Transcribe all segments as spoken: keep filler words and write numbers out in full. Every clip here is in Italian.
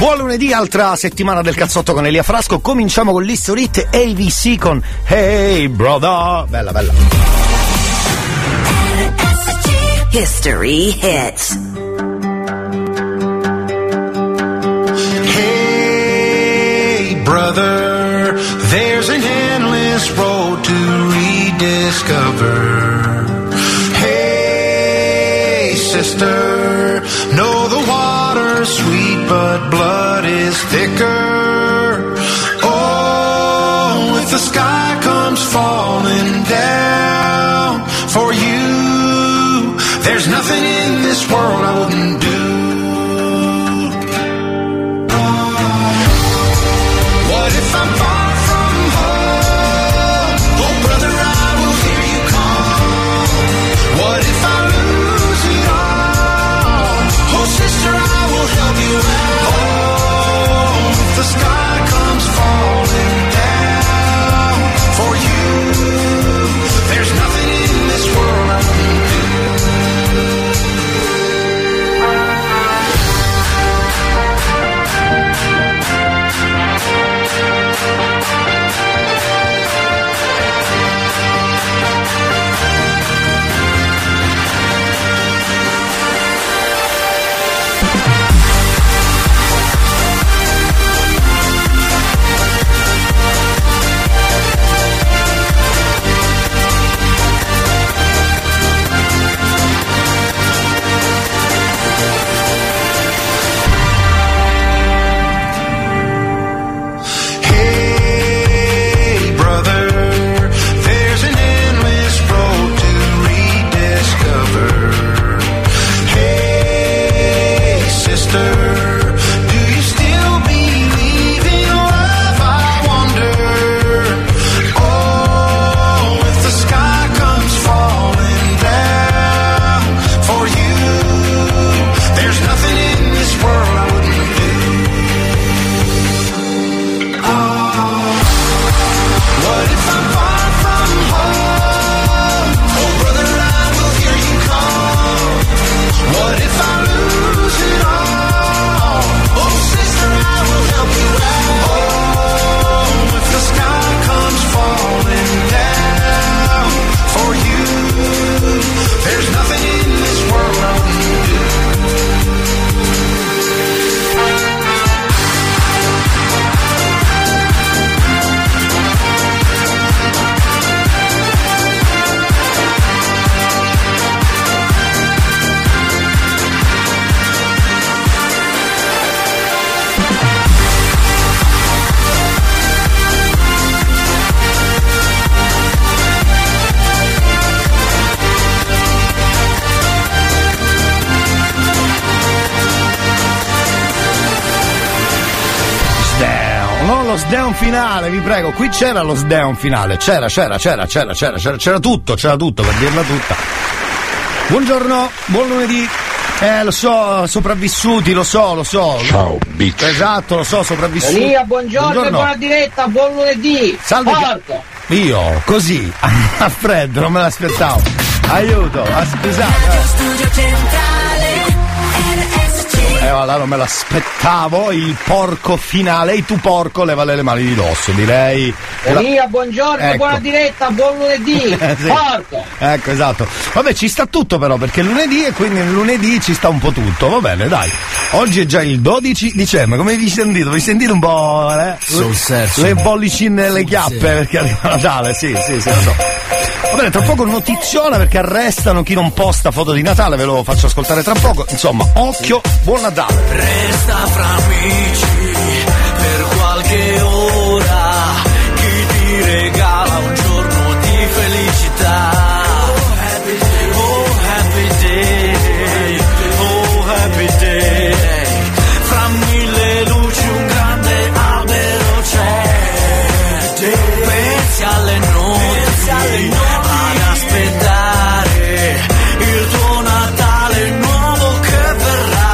Buon lunedì, altra settimana del cazzotto con Elia Frasco. Cominciamo con l'History Hit A V C con Hey Brother. Bella, bella. History Hits. Hey brother, there's an endless road to rediscover. Hey sister, know the water's sweet but blood is thicker. Oh, if the sky comes falling down for you, there's nothing in this world I wouldn't do. What if I'm far from home? Oh brother, I will hear you call. What if I lose it all? Oh sister, I will help you out. Oh, if the sky comes falling down for you, there's nothing in this world I wouldn't do. Lo sdown finale, vi prego, qui c'era lo sdown finale, c'era, c'era, c'era, c'era, c'era, c'era, c'era tutto, c'era tutto, per dirla tutta. Buongiorno, buon lunedì. Eh, lo so, sopravvissuti, lo so, lo so. Ciao, bitch. Esatto, lo so, sopravvissuti. Elia, buongiorno, buongiorno. E buona diretta, buon lunedì. Salve. Porco. Io, così, a freddo, non me l'aspettavo. Aiuto, scusate. Studio centrale. Eh, allora non me l'aspettavo, il porco finale. Ehi tu porco, levale le mani di dosso, direi. Elia, buongiorno, ecco. Buona diretta, buon lunedì. eh, sì. Porco. Ecco, esatto. Vabbè, ci sta tutto però, perché è lunedì e quindi lunedì ci sta un po' tutto. Va bene, dai. Oggi è già il dodici dicembre, come vi sentite? Vi sentite un po', eh? Sul sesso. Le bollicine e le chiappe, sì. Perché arriva Natale, sì, sì, sì, lo so. Va bene, tra poco notiziona perché arrestano chi non posta foto di Natale, ve lo faccio ascoltare tra poco. Insomma, occhio, buon Natale. Resta fra amici per qualche ora, chi ti regala un giorno di felicità. Oh happy day, oh happy day, oh happy day. Fra mille luci un grande albero c'è. Pensi alle notti, ad aspettare il tuo Natale nuovo che verrà.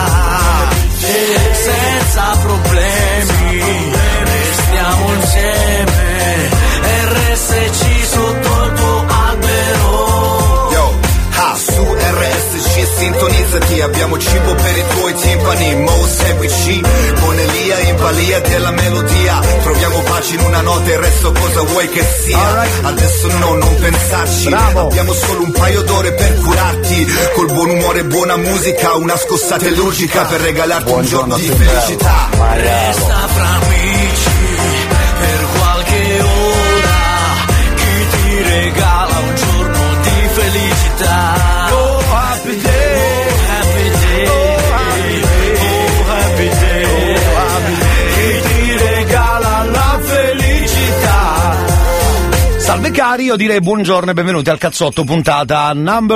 Senza problemi, restiamo insieme. R S C sotto il tuo albero. abbiamo cibo per i tuoi timpani. Mo seguici con Elia in balia della melodia. Troviamo pace in una nota e il resto cosa vuoi che sia. Right. Adesso no, non pensarci. Bravo. Abbiamo solo un paio d'ore per curarti. Col buon umore e buona musica, una scossata illogica per regalarti buongiorno, un giorno di felicità. Resta fra amici per qualche ora, chi ti regala un giorno di felicità. Oh happy day, oh happy day, oh happy day, oh happy day, chi ti regala la felicità. Salve cari, io direi buongiorno e benvenuti al cazzotto puntata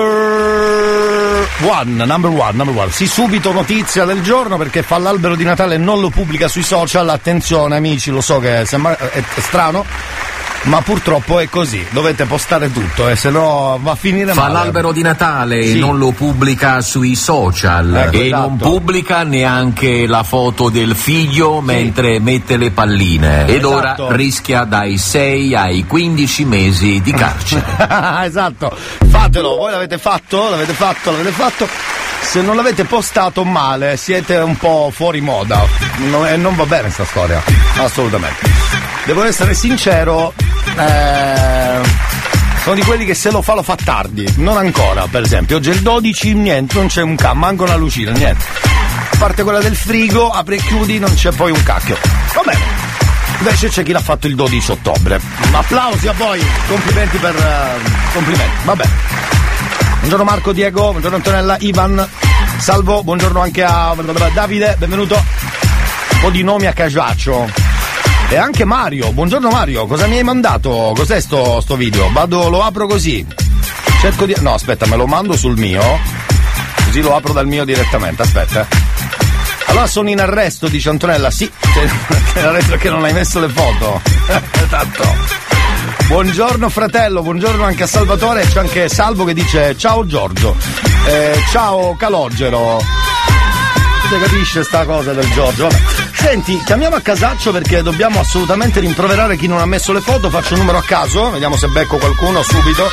number one, number one, number one. Sì, subito notizia del giorno perché fa l'albero di Natale e non lo pubblica sui social. Attenzione amici, lo so che sembra è, è strano, ma purtroppo è così, dovete postare tutto, eh, se no va a finire Fa male. l'albero di Natale Sì. e non lo pubblica sui social, Ecco, e esatto. non pubblica neanche la foto del figlio mentre mette le palline, ed Esatto. ora rischia dai sei ai quindici mesi di carcere. Esatto, fatelo, voi l'avete fatto, l'avete fatto, l'avete fatto. Se non l'avete postato male, siete un po' fuori moda. No, e non va bene sta storia, assolutamente. Devo essere sincero, eh, sono di quelli che se lo fa lo fa tardi, non ancora. Per esempio, oggi è il dodici, niente, non c'è un cam, manco una lucina, niente. A parte quella del frigo, apri e chiudi, non c'è poi un cacchio. Va bene. Invece c'è chi l'ha fatto il dodici ottobre. Applausi a voi, complimenti per uh, complimenti. Va bene. Buongiorno Marco, Diego, buongiorno Antonella, Ivan, Salvo, buongiorno anche a Davide, benvenuto. Un po' di nomi a casaccio. E anche Mario, buongiorno Mario, cosa mi hai mandato? Cos'è sto, sto video? Vado, lo apro così. Cerco di. No, aspetta, me lo mando sul mio. Così lo apro dal mio direttamente, aspetta. Allora sono in arresto, dice Antonella, sì, c'è in arresto perché non hai messo le foto. Esatto. Buongiorno fratello, buongiorno anche a Salvatore, c'è anche Salvo che dice ciao Giorgio, eh, ciao Calogero. Si capisce sta cosa del Giorgio? Vabbè. Senti, chiamiamo a casaccio perché dobbiamo assolutamente rimproverare chi non ha messo le foto, faccio un numero a caso, vediamo se becco qualcuno subito.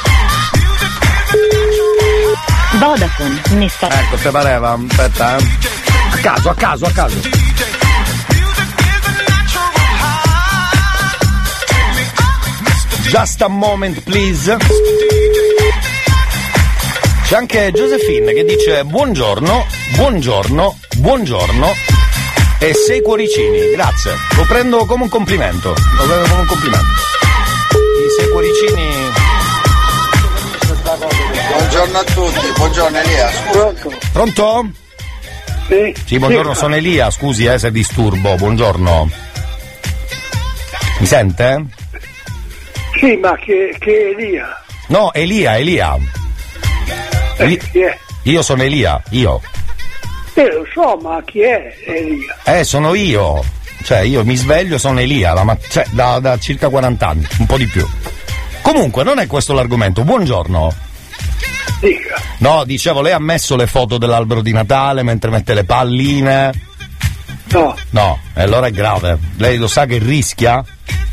Vodafone, mister. Ecco, te pareva, aspetta eh. A caso, a caso, a caso. Just a moment please. C'è anche Josephine che dice buongiorno, buongiorno, buongiorno e sei cuoricini, grazie. Lo prendo come un complimento, lo prendo come un complimento. I sei cuoricini. Buongiorno a tutti, buongiorno Elia. Pronto? Pronto? Sì. Sì, buongiorno, sono Elia, scusi eh se disturbo, buongiorno. Mi sente? Sì, ma che, che Elia? No, Elia, Elia. Eli- Chi è? Io sono Elia, io. Eh, lo so, ma chi è Elia? Eh, sono io. Cioè, io mi sveglio e sono Elia, la mat- cioè, da, da circa quaranta anni, un po' di più. Comunque, non è questo l'argomento. Buongiorno. Dica. No, dicevo, lei ha messo le foto dell'albero di Natale mentre mette le palline? No. No, e allora è grave. Lei lo sa che rischia?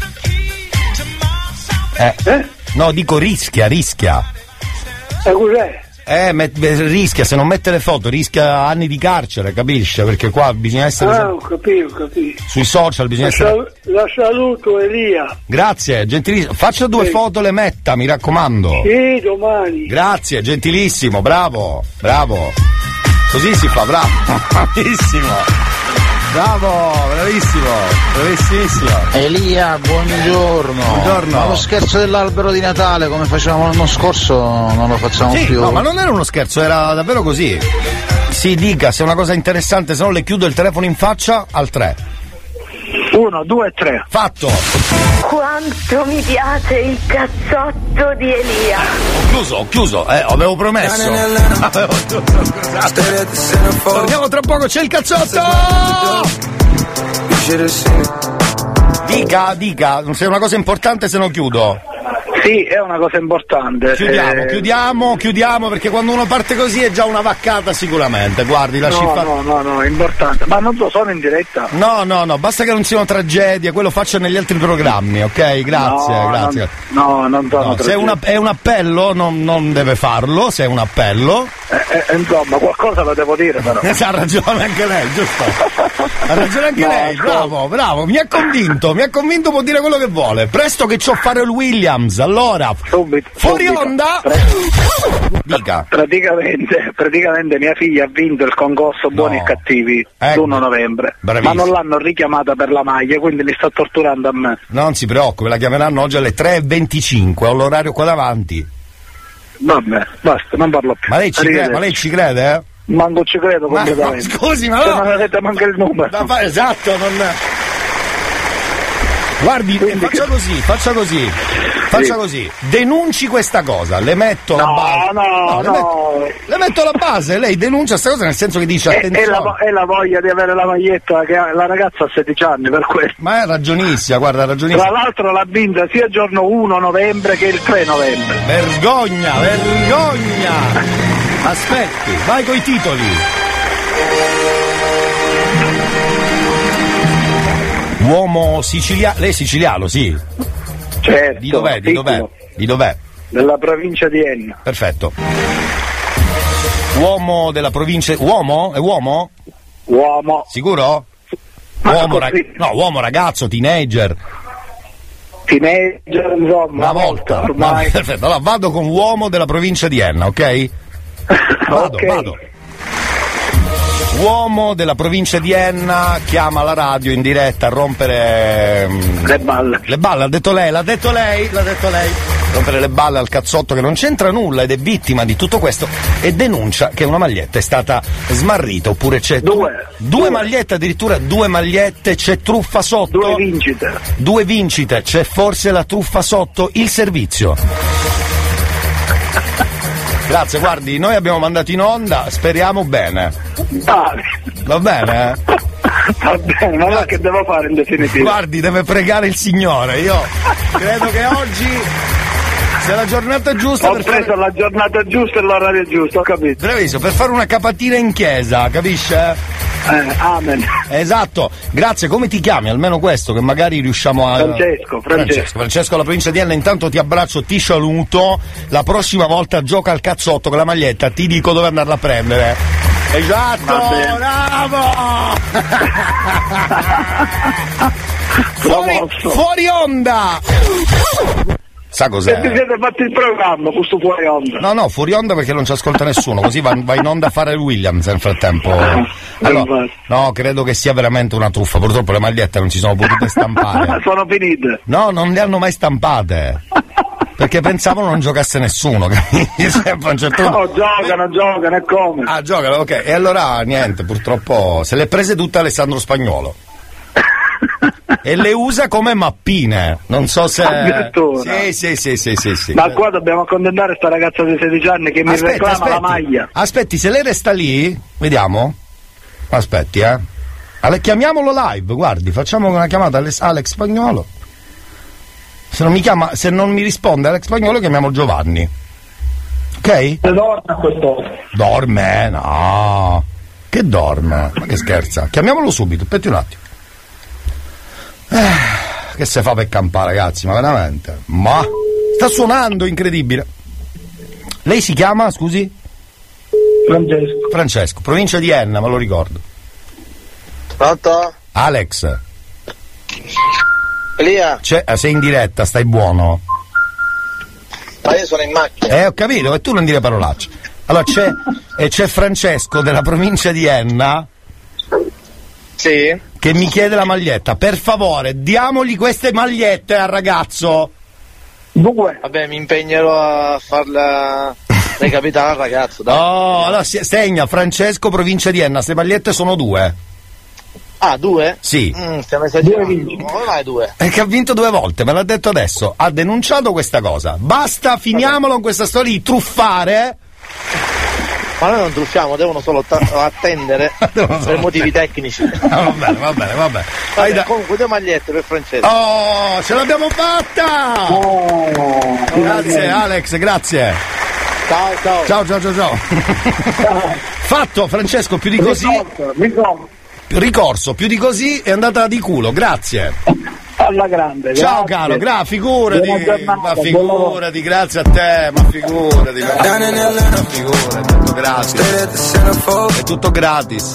Eh? Eh? No, dico rischia, rischia. E cos'è? Eh, met- rischia, se non mette le foto, rischia anni di carcere, capisce? Perché qua bisogna essere. Ah, ho capito, ho capito. Sui social bisogna La, essere. sal- la saluto Elia. Grazie, gentilissimo. Faccia due Sì. foto, le metta, mi raccomando. Sì, domani. Grazie, gentilissimo, bravo, bravo. Così si fa, bravo. Bravissimo. Bravo, bravissimo, bravissimo. Elia, buongiorno. Buongiorno. Ma lo scherzo dell'albero di Natale come facevamo l'anno scorso non lo facciamo Sì, più. no, ma non era uno scherzo, era davvero così. Si dica, se è una cosa interessante, se no le chiudo il telefono in faccia al tre. Uno, due, tre. Fatto. Quanto mi piace il cazzotto di Elia. Ho chiuso, ho chiuso, eh, avevo promesso. Avevo tutto, scusate. Torniamo tra poco, c'è il cazzotto! Dica, dica, se è una cosa importante se no chiudo. Sì, è una cosa importante. Chiudiamo, eh... chiudiamo, chiudiamo, perché quando uno parte così è già una vaccata sicuramente. Guardi, lasci no, fare. No, no, no, è importante. Ma non so, sono in diretta. No, no, no, basta che non siano tragedie, quello faccio negli altri programmi, ok? Grazie, no, grazie. Non, no, non sono no, se è, una, è un appello, non, non deve farlo, se è un appello. Eh, eh, insomma, qualcosa lo devo dire però. Ha ragione anche lei, giusto? Ha ragione anche no, lei, no. bravo, bravo, mi ha convinto, mi ha convinto, può dire quello che vuole. Presto che c'ho Pharrell Williams, allora. Subito, fuori subito. onda! Pre- Dica. Praticamente, praticamente mia figlia ha vinto il concorso Buoni No. e Cattivi Ecco. l'primo novembre. Bravissimo. Ma non l'hanno richiamata per la maglia, quindi mi sta torturando a me. Non si preoccupi, la chiameranno oggi alle tre e venticinque, ho l'orario qua davanti. Vabbè, basta, non parlo più. Ma lei ci crede, ma lei ci crede, eh? Manco ci credo Ma completamente. no, scusi, ma Se no! non avete manca il numero. Da fa- esatto, non. Guardi, Quindi faccia che- così, faccia così, faccia Sì. così, denunci questa cosa, le metto la No, base. no, le, no. metto, le metto la base, lei denuncia questa cosa nel senso che dice È, è, attenzione. la, è la voglia di avere la maglietta che ha, la ragazza ha sedici anni per questo. Ma è ragionissima, guarda, ragionissima. Tra l'altro l'ha vinta sia il giorno primo novembre che il tre novembre. Vergogna, vergogna! Aspetti, vai coi titoli. Uomo siciliano, lei è siciliano, sì. Certo. Di dov'è? Di dov'è? piccolo, Di dov'è? Della provincia di Enna. Perfetto. Uomo della provincia. Uomo? È uomo? Uomo. Sicuro? Ma Uomo, così. rag... no, uomo, ragazzo, teenager. Teenager, insomma. Una volta. Ormai. Va- perfetto. Allora vado con uomo della provincia di Enna, ok? Vado, Ok. vado. Uomo della provincia di Enna chiama la radio in diretta a rompere mm, Le balle. le balle, ha detto lei, l'ha detto lei, l'ha detto lei. Rompere le balle al cazzotto che non c'entra nulla ed è vittima di tutto questo e denuncia che una maglietta è stata smarrita oppure c'è Due. due, Due. magliette, addirittura due magliette, c'è truffa sotto. Due vincite. Due vincite, c'è forse la truffa sotto, il servizio. Grazie, guardi, noi abbiamo mandato in onda, speriamo bene. Vale. Va bene? eh? Va bene, ma là che devo fare in definitiva? Guardi, deve pregare il Signore. Io credo che oggi sia la giornata giusta Ho per preso fare. la giornata giusta e l'orario giusto, ho capito. Bravissimo, per fare una capatina in chiesa, capisce? Eh, amen. Esatto, grazie, come ti chiami? Almeno questo, che magari riusciamo a. Francesco, Francesco. Francesco, Francesco alla provincia di Enna, intanto ti abbraccio, ti saluto. La prossima volta gioca al cazzotto con la maglietta, ti dico dove andarla a prendere. Esatto, Va bene. bravo! fuori, Promosso. fuori onda! Sa E ti cos'è? siete fatti il programma, questo fuori onda. No, no, fuori onda perché non ci ascolta nessuno, così va, va in onda a fare il Williams nel frattempo. Allora, no, credo che sia veramente una truffa, purtroppo le magliette non si sono potute stampare. Sono finite. No, non le hanno mai stampate. Perché pensavano non giocasse nessuno, capisci? Sempre a un certo punto- No, giocano, giocano, e come? Ah, giocano, ok. E allora niente, purtroppo se le prese tutte Alessandro Spagnuolo. E le usa come mappine. Non so se. Addirittura. Sì, sì, sì, sì, sì, sì. Ma qua dobbiamo accontentare sta ragazza di sedici anni che mi Aspetti, reclama aspetti. la maglia. Aspetti, se lei resta lì, vediamo. Aspetti, eh. Ale- chiamiamolo live, guardi, facciamo una chiamata a Alex, Alex Spagnuolo. Se non mi chiama, se non mi risponde Alex Spagnuolo, chiamiamo Giovanni. Ok? Dorme a quest'ora. Dorme? No. Che dorme? Ma che scherza? Chiamiamolo subito, aspetti un attimo. Eh, che se fa per campare, ragazzi, ma veramente? Ma sta suonando, incredibile. Lei si chiama, scusi? Francesco. Francesco, provincia di Enna, me lo ricordo. Pronto? Alex, Elia? c'è, eh, sei in diretta, stai buono. Ma io sono in macchina. Eh, ho capito, e tu non dire parolacce. Allora c'è, e c'è Francesco della provincia di Enna Sì? che mi chiede la maglietta. Per favore, diamogli queste magliette al ragazzo. Due. Vabbè, mi impegnerò a farla recapitare al ragazzo, dai. Oh, allora si- segna Francesco, provincia di Enna, queste magliette sono due. Ah, due? Sì. Mm, stiamo esagerando. Come vai due? E che ha vinto due volte, me l'ha detto adesso. Ha denunciato questa cosa. Basta, finiamolo con questa storia di truffare. Ma noi non truffiamo, devono solo ta- attendere per motivi tecnici. Ah, va bene, va bene, va bene. Vabbè, da... Comunque due magliette per Francesco. Oh, ce l'abbiamo fatta! Oh, grazie Alex, grazie. Ciao, ciao. Ciao, ciao, ciao, ciao. Fatto, Francesco, più di così. Ricorso, ricorso. Ricorso, più di così è andata di culo, grazie. Alla grande, ciao grazie. caro, gra, figurati, giornata, ma figurati, grazie a te, ma figurati, ma figurati, tutto gratis, è tutto gratis.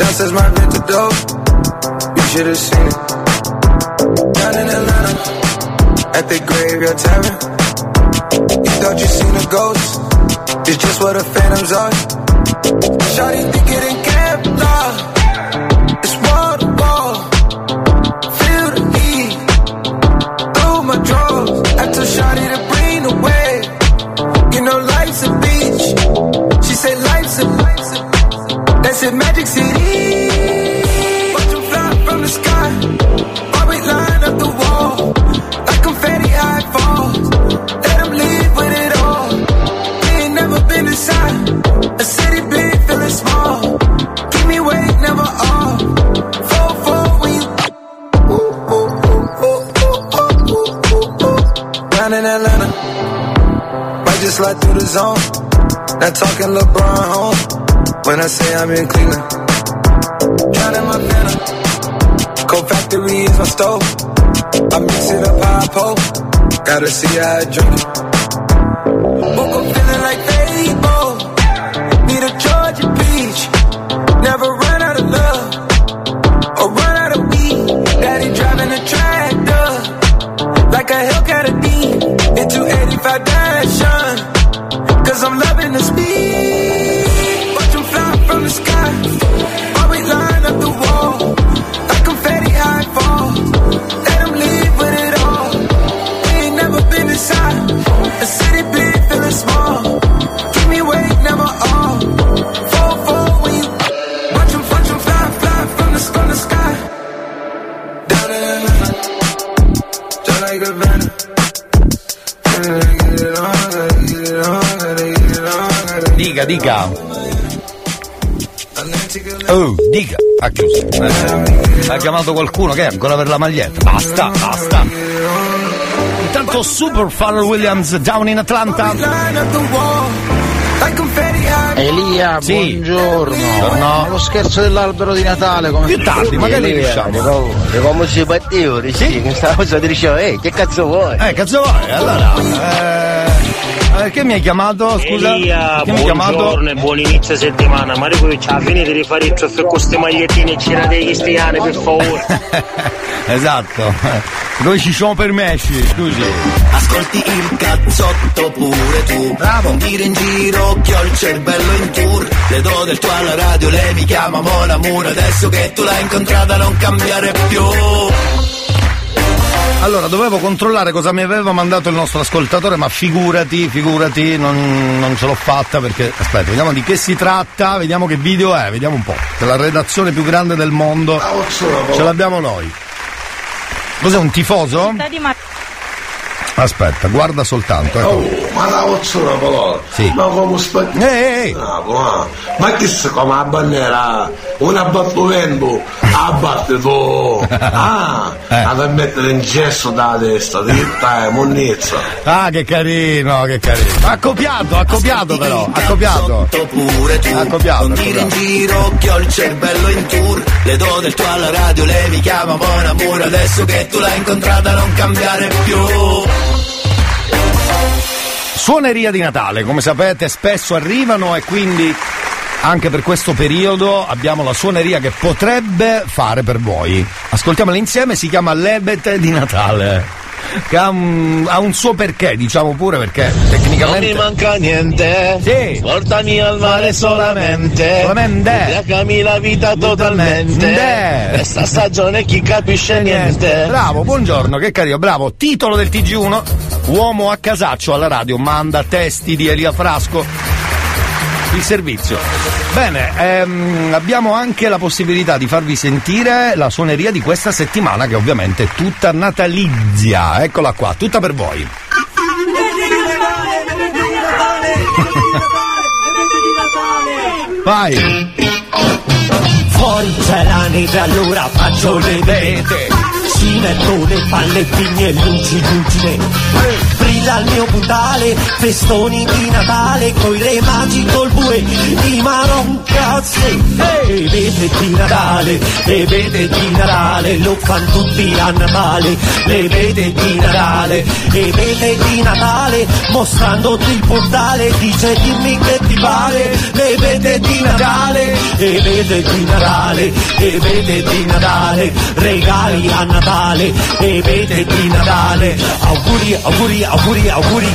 At the graveyard tavern, you thought you seen a ghost. It's just what the phantoms are. Shawty think it in Kevlar. It's wall to wall. Feel the heat through my drawers. I told Shawty to bring the wave. You know life's a beach. She said life's a life's a. That's in Magic City. Watch them fly from the sky. While we line up the wall. Like confetti high falls. Let them leave with it all. We ain't never been inside a city big, feeling small. Keep me weight, never off. Four, four, when you ooh, ooh, ooh, ooh, ooh, ooh, ooh, ooh. Down in Atlanta, might just slide through the zone. Not talking LeBron home. When I say I'm in Cleveland, drowning my Fanta. Cold Factory is my stove. I mix it up how I pole. Gotta see how I drink it. Woke up feeling like Fable. Need a Georgia peach. Never run out of love or run out of weed. Daddy driving a tractor like a Hellcat a D. In two eighty-five Dashin'. Cause I'm loving the speed. Watch them fly from the sky. While we line up the wall. Like confetti high falls. Let them leave with it all. We ain't never been inside a city big, feeling small. Keep me weight, never off. Four, four, when you watch them, watch them fly, fly from the, from the sky. Down in Atlanta, just like a banner. Dica, dica. Oh, dica. Ha chiuso. Eh. Ha chiamato qualcuno che è ancora per la maglietta. Basta, basta. Intanto Super Pharrell Williams down in Atlanta. Elia, sì. buongiorno. Buongiorno. Lo scherzo dell'albero di Natale come più tardi, magari riusciamo. E come si batteva, sì, questa cosa ti dicevo, ehi, che cazzo vuoi? Eh, cazzo vuoi? Allora, eh, che mi hai chiamato? Scusa? Elia, che mi hai chiamato? Buongiorno e buon inizio settimana. Maricovic, a finire di fare il trofeo con queste magliettine e c'era dei cristiani, per favore. Esatto. Noi ci siamo permessi, scusi. Ascolti il cazzotto pure tu. Bravo. Non dire in giro che ho il cervello in tour. Le do del tuo alla radio, lei mi chiama Mon Amour. Adesso che tu l'hai incontrata non cambiare più. Allora, dovevo controllare cosa mi aveva mandato il nostro ascoltatore, ma figurati, figurati, non, non ce l'ho fatta perché, aspetta, vediamo di che si tratta, vediamo che video è, vediamo un po'. C'è la redazione più grande del mondo, ce l'abbiamo noi. Cos'è, un tifoso? Aspetta, guarda soltanto. Ecco. Oh, ma la ozzona colore. Sì. Ma come sta? Ehi, ehi. Ah, ma che se come la bandiera? Una battuvendo, a batte tu. Ah, eh. a mettere in gesso da destra, dritta e monnezza. Ah, che carino, che carino. Ha copiato, ha copiato però, ha copiato. Pure tu. Ha copiato. Non dire in giro che ho il cervello in tour. Le do del tuo alla radio, lei mi chiama Mon Amour. Adesso che tu l'hai incontrata non cambiare più. Suoneria di Natale, come sapete spesso arrivano e quindi anche per questo periodo abbiamo la suoneria che potrebbe fare per voi. Ascoltiamola insieme, si chiama Lebete di Natale. Che ha un, ha un suo perché, diciamo pure, perché tecnicamente non mi manca niente, sì. Portami al mare solamente, solamente, ubriacami la vita totalmente, De. Questa stagione chi capisce niente. Bravo, buongiorno, che carino, bravo. Titolo del T G uno, uomo a casaccio alla radio, manda testi di Elia Frasco. Il servizio. Bene, ehm, abbiamo anche la possibilità di farvi sentire la suoneria di questa settimana, che ovviamente è tutta natalizia. Eccola qua, tutta per voi. Vai. Fuori c'è la neve, allora faccio le vete. Ci metto le pallettine e luci lucide. Brilla il mio puntale, festoni di Natale, coi re magi col bue di Maroncazze. E vede di Natale, le vede di Natale, lo fanno tutti a Natale. Le vede di Natale, e vede di Natale, mostrandoti il portale, dice dimmi che ti pare. Le vede di Natale, e vede di Natale, e vede di Natale, regali a Natale, e vede di Natale, auguri, auguri, auguri, auguri.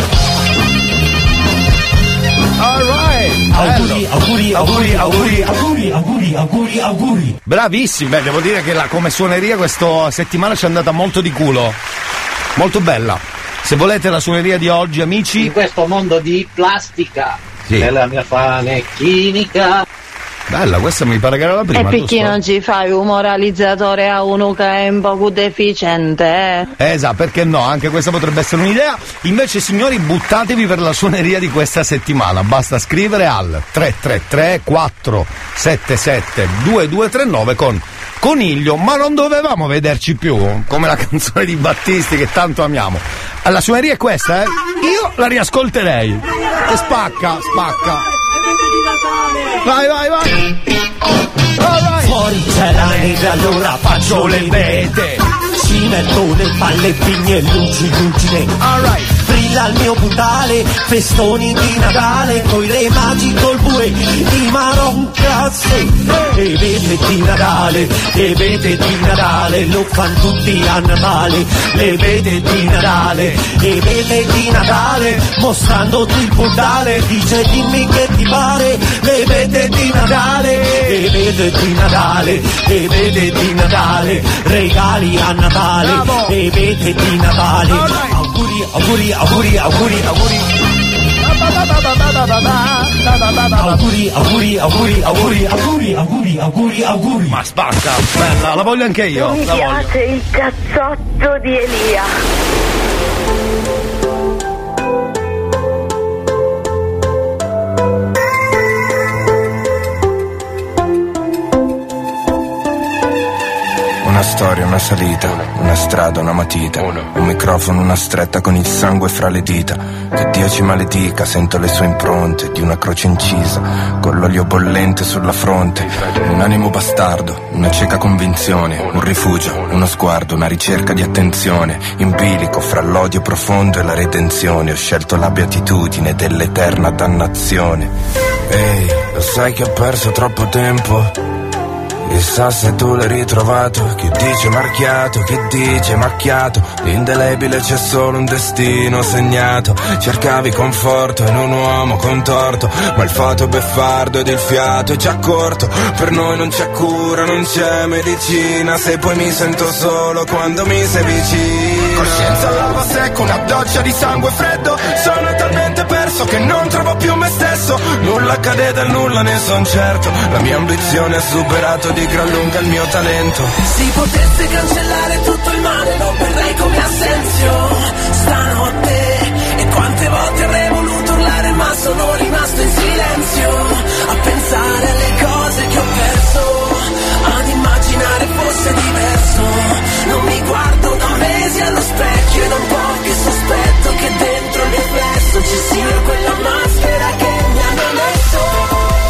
Alright. Auguri, auguri, auguri, auguri, auguri, auguri, auguri, auguri. Bravissimi, beh, devo dire che la come suoneria questa settimana ci è andata molto di culo. Molto bella. Se volete la suoneria di oggi, amici. In questo mondo di plastica, sì, nella mia fame chimica. Bella, questa mi pare che era la prima. E perché giusto? non ci fai un moralizzatore a uno che è un poco deficiente? Eh, esatto, perché no? Anche questa potrebbe essere un'idea. Invece, signori, buttatevi per la suoneria di questa settimana. Basta scrivere al tre tre tre quattro sette sette due due tre nove con Coniglio, ma non dovevamo vederci più, come la canzone di Battisti che tanto amiamo. La suoneria è questa, eh? Io la riascolterei. E spacca, spacca. Vai, vai, vai. Right. Fuori c'è la neve, allora faccio le vete. Ci metto le pallettine e luci lucide. Alright. Brilla il mio puntale, festoni di Natale, coi re magi col bue di Maroncazze. E vede di Natale, e vede di Natale, lo fanno tutti a Natale. Le vede di Natale, e vede di Natale, mostrandoti il portale, dice dimmi che ti pare. Le vede di Natale, e vede di Natale, e vede di Natale, regali a Natale, bravo, e vede di Natale. Right. Auguri, auguri, auguri, auguri, auguri. Auguri, auguri, auguri, auguri, auguri, auguri, auguri, auguri. Ma spacca, bella, la voglio anche io. Mi la piace voglio. il cazzotto di Elia. Una storia, una salita, una strada, una matita, un microfono, una stretta con il sangue fra le dita. Che Dio ci maledica, sento le sue impronte di una croce incisa, con l'olio bollente sulla fronte. Un animo bastardo, una cieca convinzione, un rifugio, uno sguardo, una ricerca di attenzione. In bilico fra l'odio profondo e la redenzione, ho scelto la beatitudine dell'eterna dannazione. Ehi, lo sai che ho perso troppo tempo? Chissà se tu l'hai ritrovato, chi dice marchiato, chi dice macchiato, l'indelebile c'è solo un destino segnato. Cercavi conforto in un uomo contorto, ma il foto è beffardo ed il fiato è già corto. Per noi non c'è cura, non c'è medicina, se poi mi sento solo quando mi sei vicino. Coscienza lava secco, una doccia di sangue freddo, sono talmente perso che non trovo più me stesso. Nulla accade dal nulla, ne son certo, la mia ambizione ha superato di gran lunga il mio talento. Si potesse cancellare tutto il male, lo berrei come Assenzio stanotte. E quante volte avrei voluto urlare, ma sono rimasto in silenzio a pensare alle cose che ho perso, ad immaginare fosse diverso. Non mi guardo da mesi allo specchio e da un po' che sospetto che dentro il riflesso ci sia quella maschera che mi hanno messo.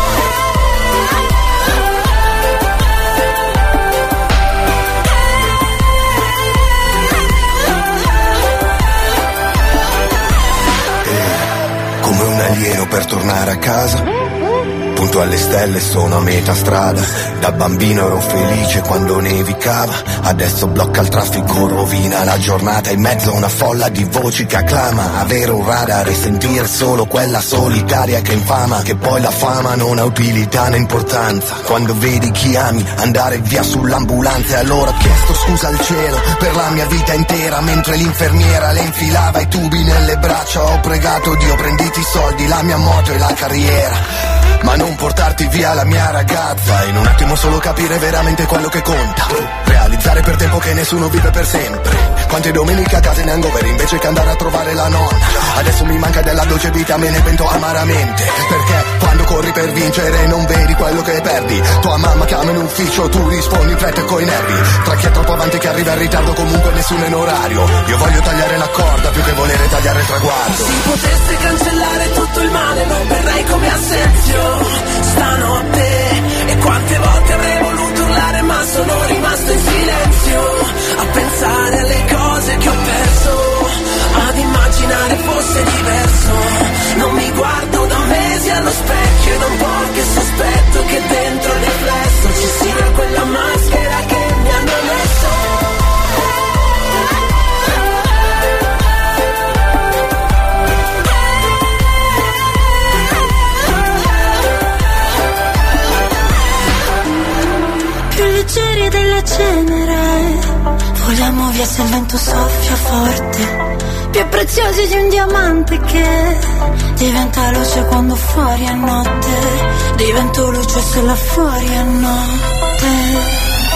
Come un alieno per tornare a casa, punto alle stelle, sono a metà strada. Da bambino ero felice quando nevicava, adesso blocca il traffico, rovina la giornata. In mezzo a una folla di voci che acclama, avere un radar e sentire solo quella solitaria che infama. Che poi la fama non ha utilità né importanza quando vedi chi ami andare via sull'ambulanza. E allora ho chiesto scusa al cielo per la mia vita intera, mentre l'infermiera le infilava i tubi nelle braccia. Ho pregato Dio, prenditi i soldi, la mia moto e la carriera, ma non portarti via la mia ragazza. In un attimo solo capire veramente quello che conta, realizzare per tempo che nessuno vive per sempre. Quante domeniche a casa in hangover invece che andare a trovare la nonna. Adesso mi manca della dolce vita, me ne pento amaramente, perché Quando corri per vincere non vedi quello che perdi. Tua mamma chiama in ufficio, tu rispondi in fretta e coi nervi. Tra chi è troppo avanti che arriva in ritardo, comunque nessuno è in orario. Io voglio tagliare la corda più che volere tagliare il traguardo. Se potesse cancellare tutto il male non verrei come Assenzio stanotte. E quante volte avrei voluto urlare ma sono rimasto in silenzio a pensare alle cose che ho perso, ad immaginare fosse diverso. Non mi guardo da mesi allo specchio ed un po' che sospetto che dentro il riflesso ci sia quella maschera che mi hanno messo. Più leggeri delle cenere, voliamo via se il vento soffia forte. Più preziosi di un diamante che diventa luce quando fuori è notte. Divento luce se là fuori è notte.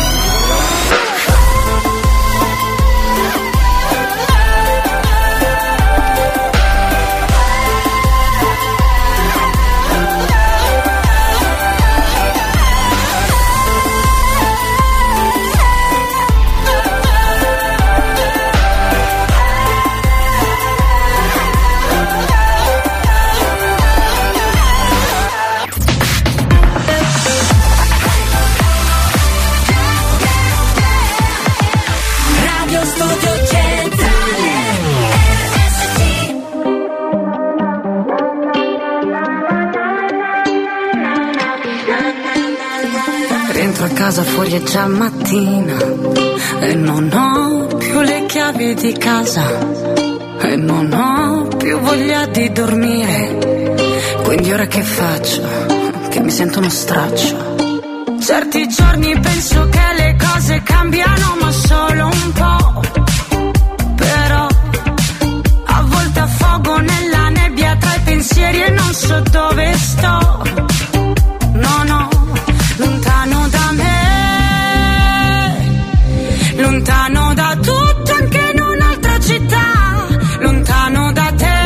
A casa fuori è già mattina e non ho più le chiavi di casa e non ho più voglia di dormire. Quindi ora che faccio? Che mi sento uno straccio. Certi giorni penso che le cose cambiano ma solo un po'. Però a volte affogo nella nebbia tra i pensieri e non so dove sto. No, no, lontano da me, lontano da tutto anche in un'altra città, lontano da te.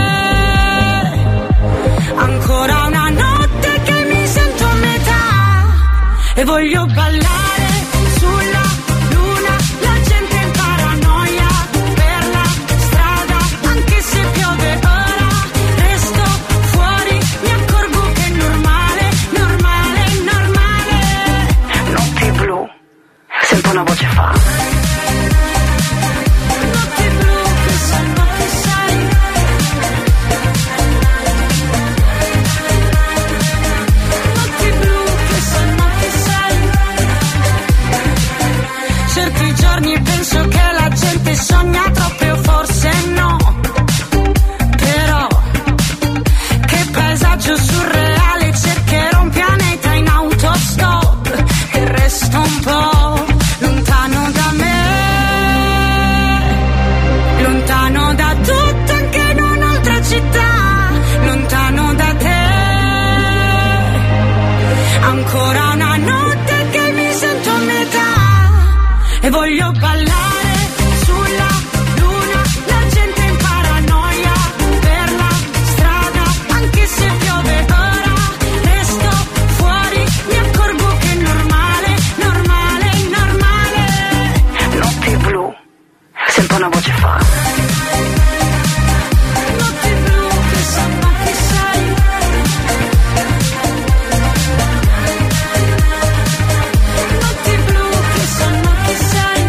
Ancora una notte che mi sento a metà e voglio ballare sulla luna, la gente in paranoia per la strada, anche se piove ora resto fuori, mi accorgo che è normale, normale, normale. Notti blu, sento una voce fa. Notti blu che sanno che sei. Notti blu che sanno che sei. Certi giorni penso che la gente sogna troppo o forse no. Però che paesaggio surreale, cercherò un pianeta in autostop e resto un po' lontano da me, lontano da tutto anche in un'altra città, lontano da te. Ancora una notte che mi sento a metà e voglio ballare sulla luna, la gente in paranoia per la strada, anche se piove ora resto fuori, mi accorgo che è normale, normale, normale. Notti blu, sento una voce fa. Notti blu che sanno che sei. Notti blu che sanno che sei.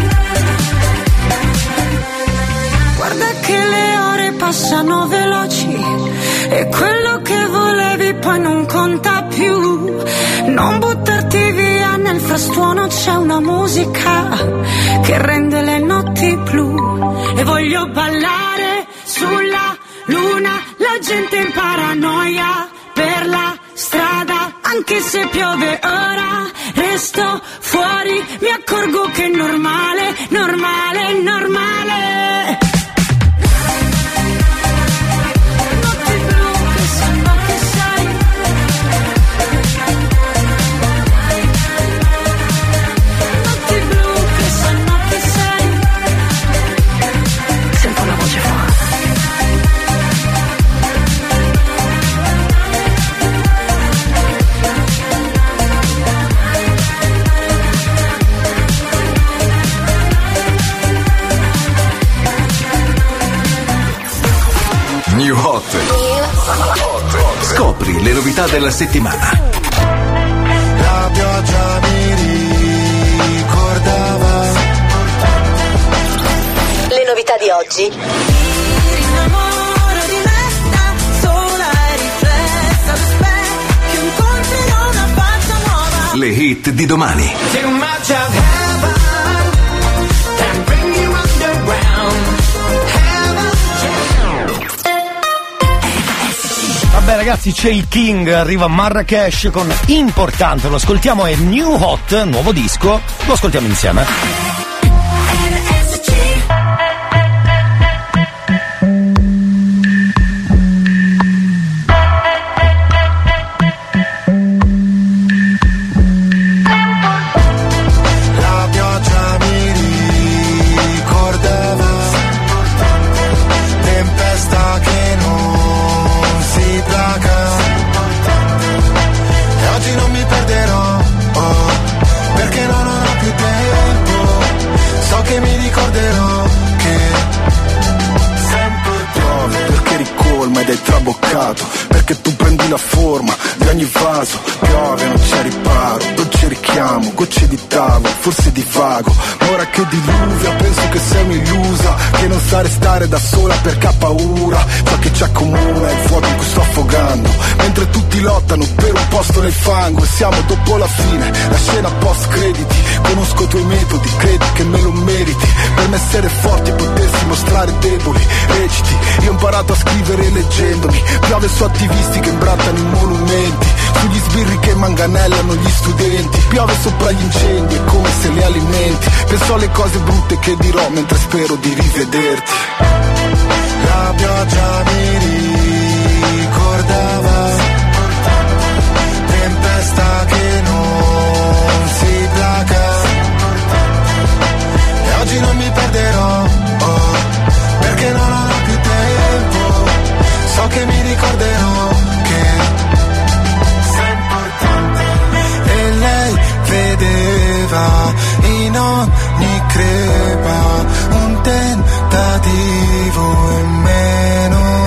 Guarda che le ore passano veloci e quello che volevi poi non conta più. Non buttarti via, nel frastuono c'è una musica che rende le notti blu. E voglio ballare sulla luna, la gente in paranoia per la strada, anche se piove ora resto fuori, mi accorgo che è normale, normale, normale. Notti blu che sanno che sei. Notti blu che sanno che sei. Sento una voce fa. le novità della settimana. La pioggia mi ricordava. Le novità di oggi. Le hit di domani. Vabbè ragazzi, c'è il King, arriva Marrakesh con Importante, lo ascoltiamo, è New Hot, nuovo disco, lo ascoltiamo insieme. traboccato, perché tu prendi la forma di ogni vaso. Piove, non c'è riparo, dolce richiamo, gocce di tavolo, forse divago. Ma ora che diluvia penso che sei un'illusa, che non sa restare da sola perché ha paura. Ciò che ci accomuna è il vuoto in cui sto affogando, mentre tutti lottano per un posto nel fango. E siamo dopo la fine, la scena post crediti. Conosco i tuoi metodi, credi che me lo meriti. Per me essere forti potersi mostrare deboli. Reciti, io ho imparato a scrivere leggendomi. Piove su attivisti che imbrattano i monumenti, sugli sbirri che manganellano gli studenti. Piove sopra gli incendi, è come se li alimenti. Penso alle cose brutte che dirò mentre spero di rivederti. La pioggia mi ricordava, tempesta che non si placa. E oggi non mi perderò, oh, perché non ho più tempo. So che mi ricorderò che sei importante. E lei vedeva in ogni crepa un tentativo in meno,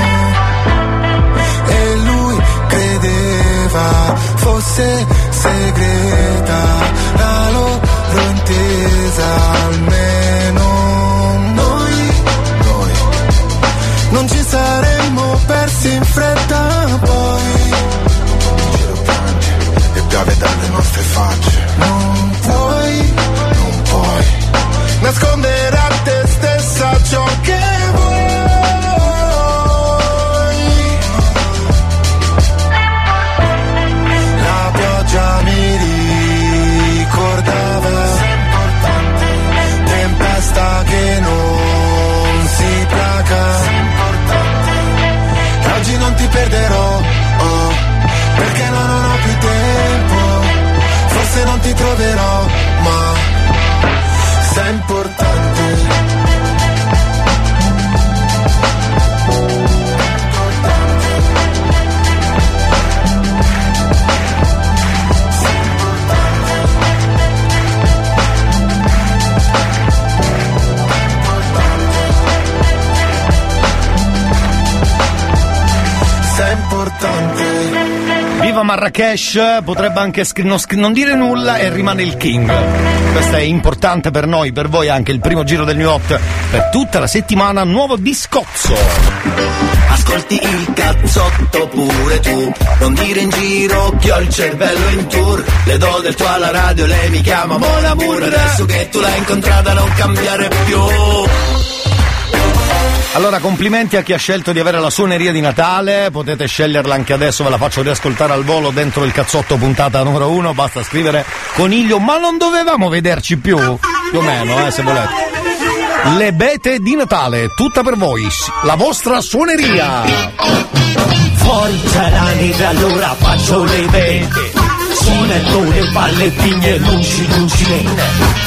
e lui credeva fosse segreta la loro intesa. Almeno noi, noi non ci saremmo persi in fretta. Poi cielo piange e piove dalle nostre facce. Non puoi, non puoi nascondere a te stessa ciò che vuoi. La pioggia mi ricordava, tempesta che non si placa. E oggi non ti perderò, oh, perché non ho più tempo. Forse non ti troverò, ma sei importante. Sei importante. Viva Marrakesh, potrebbe anche scri- non, scri- non dire nulla e rimane il King. Questo è importante per noi, per voi anche il primo giro del New Hot per tutta la settimana, nuovo discozzo. Ascolti il cazzotto pure tu, non dire in giro che ho il cervello in tour. Le do del tuo alla radio, lei mi chiama Mon Amour. Adesso che tu l'hai incontrata non cambiare più. Allora, complimenti a chi ha scelto di avere la suoneria di Natale, potete sceglierla anche adesso, ve la faccio riascoltare al volo dentro il cazzotto puntata numero uno, basta scrivere Coniglio, ma non dovevamo vederci più? Più o meno, eh, se volete. Le bete di Natale, tutta per voi, la vostra suoneria. Fuori c'è la neve, allora faccio le vete, cinettone, pallettine e luci lucine.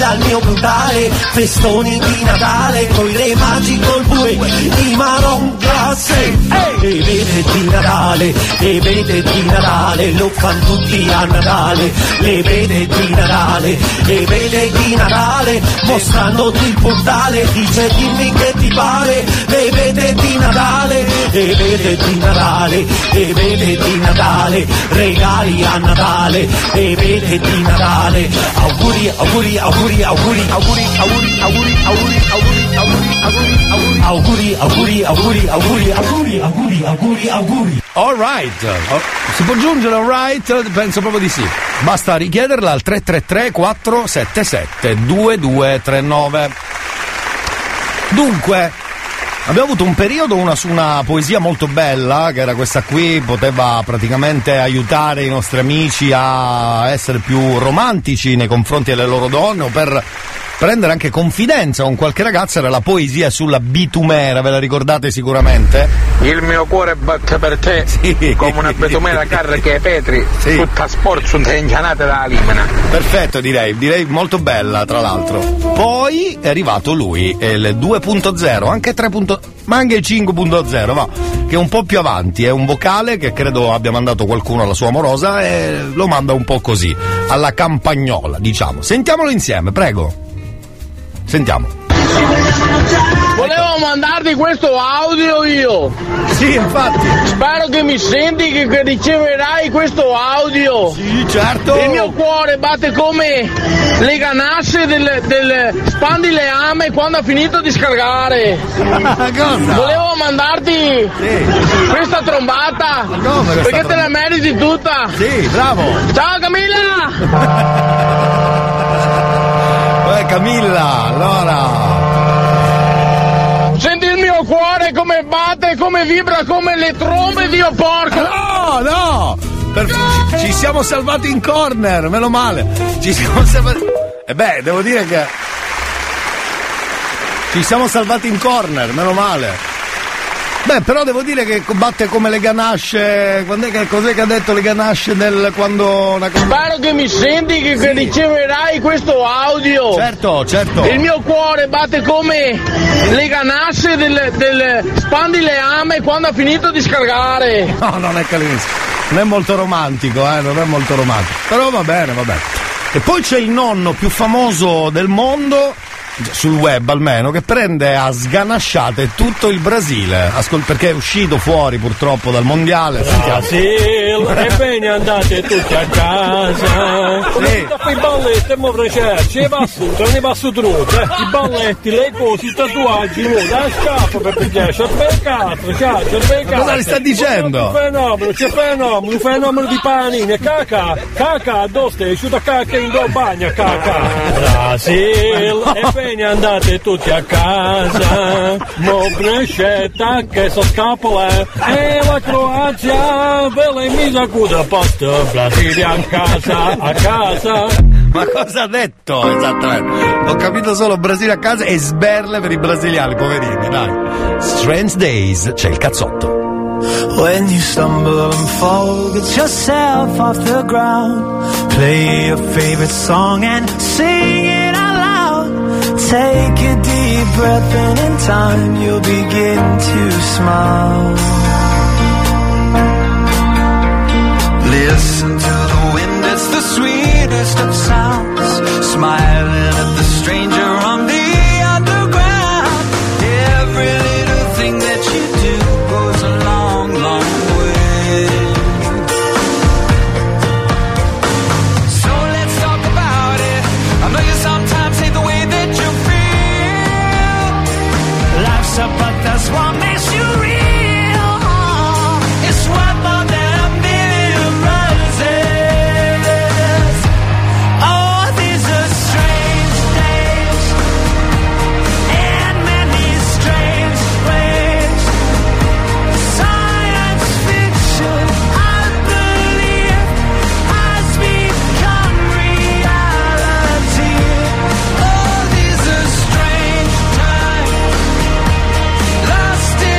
brilla il mio puntale, festoni di Natale, coi re magi col bue, i marron glacé, e vede di Natale, e vede di Natale, lo fanno tutti a Natale, le vede di Natale, e vede di Natale, mostrandoti il portale, dice dimmi che ti pare, le vede di Natale, e vede di Natale, e vede di Natale, regali a Natale, e vede di Natale, auguri, auguri, auguri, auguri, auguri, auguri, auguri, auguri, auguri, auguri, auguri, auguri, auguri, auguri, auguri, auguri, auguri, auguri, auguri. All right. Oh, si può aggiungere all right? Penso proprio di sì. Basta richiederla al tre tre tre quattro sette sette due due tre nove. Dunque, abbiamo avuto un periodo, una, su una poesia molto bella, che era questa qui, poteva praticamente aiutare i nostri amici a essere più romantici nei confronti delle loro donne o per prendere anche confidenza con qualche ragazza. Era la poesia sulla bitumera, ve la ricordate sicuramente? Il mio cuore batte per te, sì, come una bitumera carica ai petri, sì, tutta sporza e ingianata da limena. Perfetto, direi, direi molto bella tra l'altro. Poi è arrivato lui, il due punto zero, anche tre. Ma anche il cinque punto zero, va, che è un po' più avanti, è un vocale che credo abbia mandato qualcuno alla sua amorosa e lo manda un po' così, alla campagnola, diciamo. Sentiamolo insieme, prego. Sentiamo. Volevo mandarti questo audio io. Sì, infatti. Spero che mi senti, che, che riceverai questo audio. Sì, certo. Il mio cuore batte come le ganasce del, del spandileame quando ha finito di scaricare. Cosa? Volevo mandarti sì. questa trombata. No, perché te la meriti tutta. Sì, bravo. Ciao Camilla. Poi Camilla, allora. Senti il mio cuore come batte, come vibra, come le trombe, Dio porco! No, no! Per... Ci, ci siamo salvati in corner, meno male. Ci siamo salvati. E beh, devo dire che. Ci siamo salvati in corner, meno male. Beh, però devo dire che batte come le ganasce. Quando è che cos'è che ha detto le ganasce del quando una cosa... Spero che mi senti, che, sì. che riceverai questo audio. Certo, certo. Il mio cuore batte come le ganasce del, del spandileame quando ha finito di scaricare. No, non è carino. Non è molto romantico, eh, non è molto romantico. Però va bene, va bene. E poi c'è il nonno più famoso del mondo, sul web almeno, che prende a sganasciate tutto il Brasile, Ascol- perché è uscito fuori purtroppo dal mondiale. Brasile, ebbene andate tutti a casa. Sì. I balletti, mo piacerci, i passuti, i passutruti, eh. i balletti, le cose, i tatuaggi, no, la scarpa per pigliare, c'è il cazzo, c'è il cazzo. Cosa li sta dicendo? C'è fenomeno, c'è fenomeno, un fenomeno di panini, caca, caca, dove stai? È uscito a cacca in do bagna, caca. Brasile, ebbene andate tutti a casa, mo Brescetta che so scapole e la Croazia ve le mise a cuda posto, Brasile a casa, a casa. Ma cosa ha detto esattamente? Ho capito solo Brasile a casa e sberle per i brasiliani, poverini, dai. Strange Days, c'è il cazzotto. When you stumble and fall, get yourself off the ground, play your favorite song and sing it out loud. Take a deep breath and in time you'll begin to smile. Listen to the wind, it's the sweetest of sounds, smiling at the stranger on the underground. Every little thing that you do goes a long, long way. So let's talk about it. I know you sometimes hate the way that you feel. Life's about that's what makes you real. It's what more than a million roses. Oh, these are strange days and many strange ways. Science fiction, I believe, has become reality. Oh, these are strange times, lost in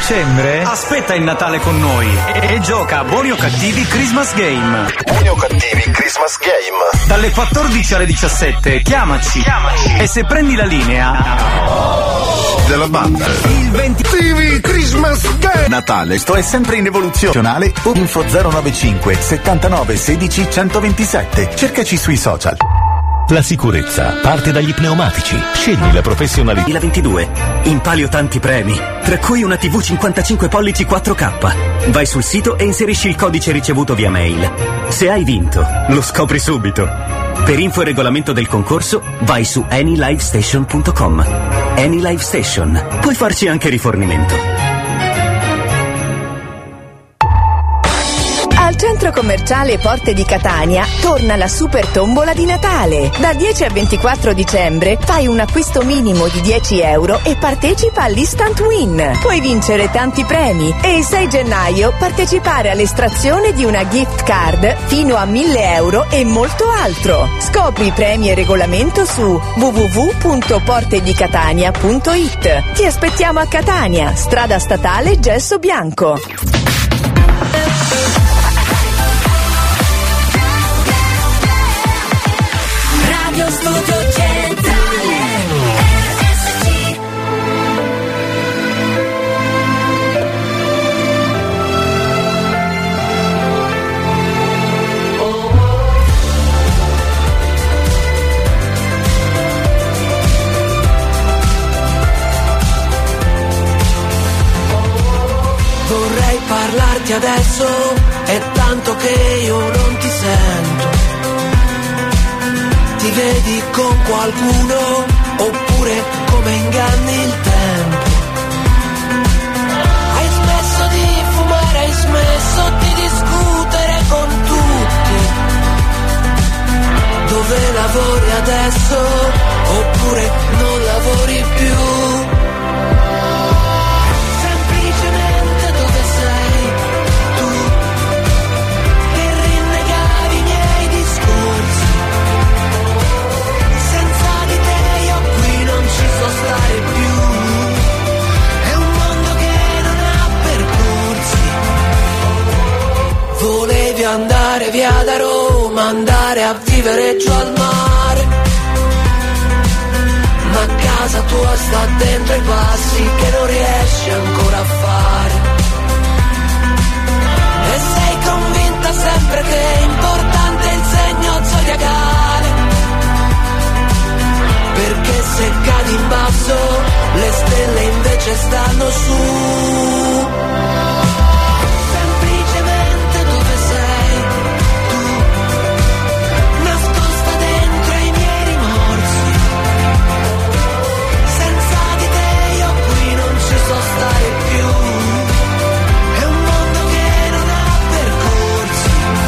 dicembre aspetta il Natale con noi e, e gioca a Buoni o Cattivi Christmas Game. Buoni o Cattivi Christmas Game. Dalle quattordici alle diciassette chiamaci, chiamaci. E se prendi la linea della banda il venti Christmas Game. Natale sto è sempre in evoluzionale. Info zero nove cinque settantanove sedici centoventisette. Cercaci sui social. La sicurezza parte dagli pneumatici. Scegli la professionalità. duemilaventidue. In palio tanti premi, tra cui una tivù cinquantacinque pollici quattro K. Vai sul sito e inserisci il codice ricevuto via mail. Se hai vinto, lo scopri subito. Per info e regolamento del concorso, vai su anylivestation punto com. Anylive Station. Puoi farci anche rifornimento. Al centro commerciale Porte di Catania torna la super tombola di Natale. Dal dieci al ventiquattro dicembre fai un acquisto minimo di dieci euro e partecipa all'Instant Win. Puoi vincere tanti premi e il sei gennaio partecipare all'estrazione di una gift card fino a mille euro e molto altro. Scopri premi e regolamento su w w w punto portedicatania punto it. Ti aspettiamo a Catania, strada statale Gesso Bianco. Radio Studio Centrale R S C. Vorrei parlarti adesso, è tanto che io non ti sento. Ti vedi con qualcuno oppure come inganni il tempo? Hai smesso di fumare, hai smesso di discutere con tutti. Dove lavori adesso oppure non lavori più? Semplicemente dove sei tu che rinnegavi i miei discorsi? Stare più, è un mondo che non ha percorsi. Volevi andare via da Roma, andare a vivere giù al mare, ma casa tua sta dentro i passi che non riesci ancora a fare. E sei convinta sempre che è importante il segno zodiacale, perché se cadi in basso le stelle invece stanno su. Semplicemente dove sei tu, nascosta dentro i miei rimorsi. Senza di te io qui non ci so stare più. È un mondo che non ha percorsi.